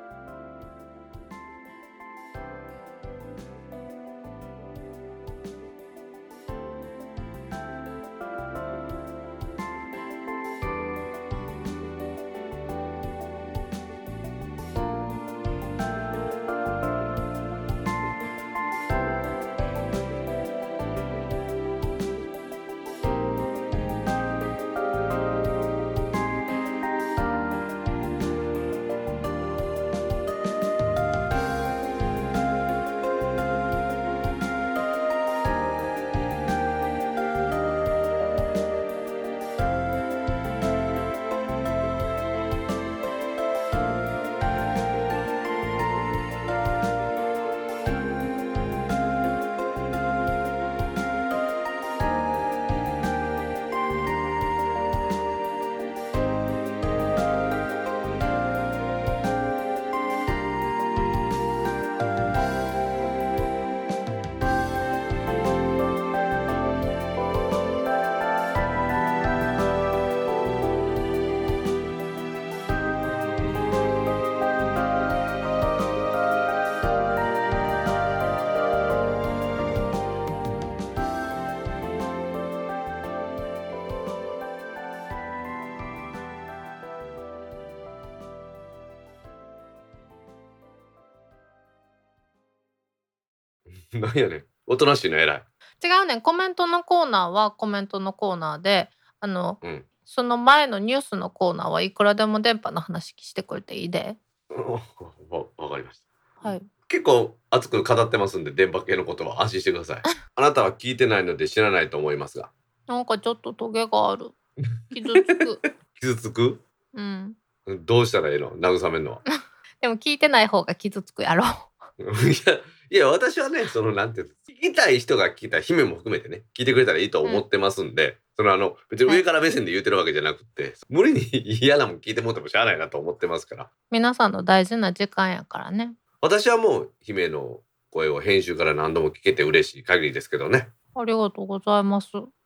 なんやねんおとなしいの偉い。 違うねん、コメントのコーナーはコメントのコーナーで、あの、うん、その前のニュースのコーナーはいくらでも電波の話してくれていいで。 わ, わかりました、 はい、 結構熱く語ってますんで電波系のことは安心してくださいあなたは聞いてないので知らないと思いますが、 なんかちょっとトゲがある。傷つく傷つく。 うん。 どうしたらいいの慰めるのはでも聞いてない方が傷つくやろいやいや私はねそのなんていうの聞きたい人が聞きたい姫も含めてね聞いてくれたらいいと思ってますんで、うん、そのあの別に上から目線で言ってるわけじゃなくて、はい、無理に嫌なもん聞いてもらってもしゃあないなと思ってますから。 皆さんの大事な時間やからね。 私はもう姫の声を編集から何度も聞けて嬉しい限りですけどね。 ありがとうございます。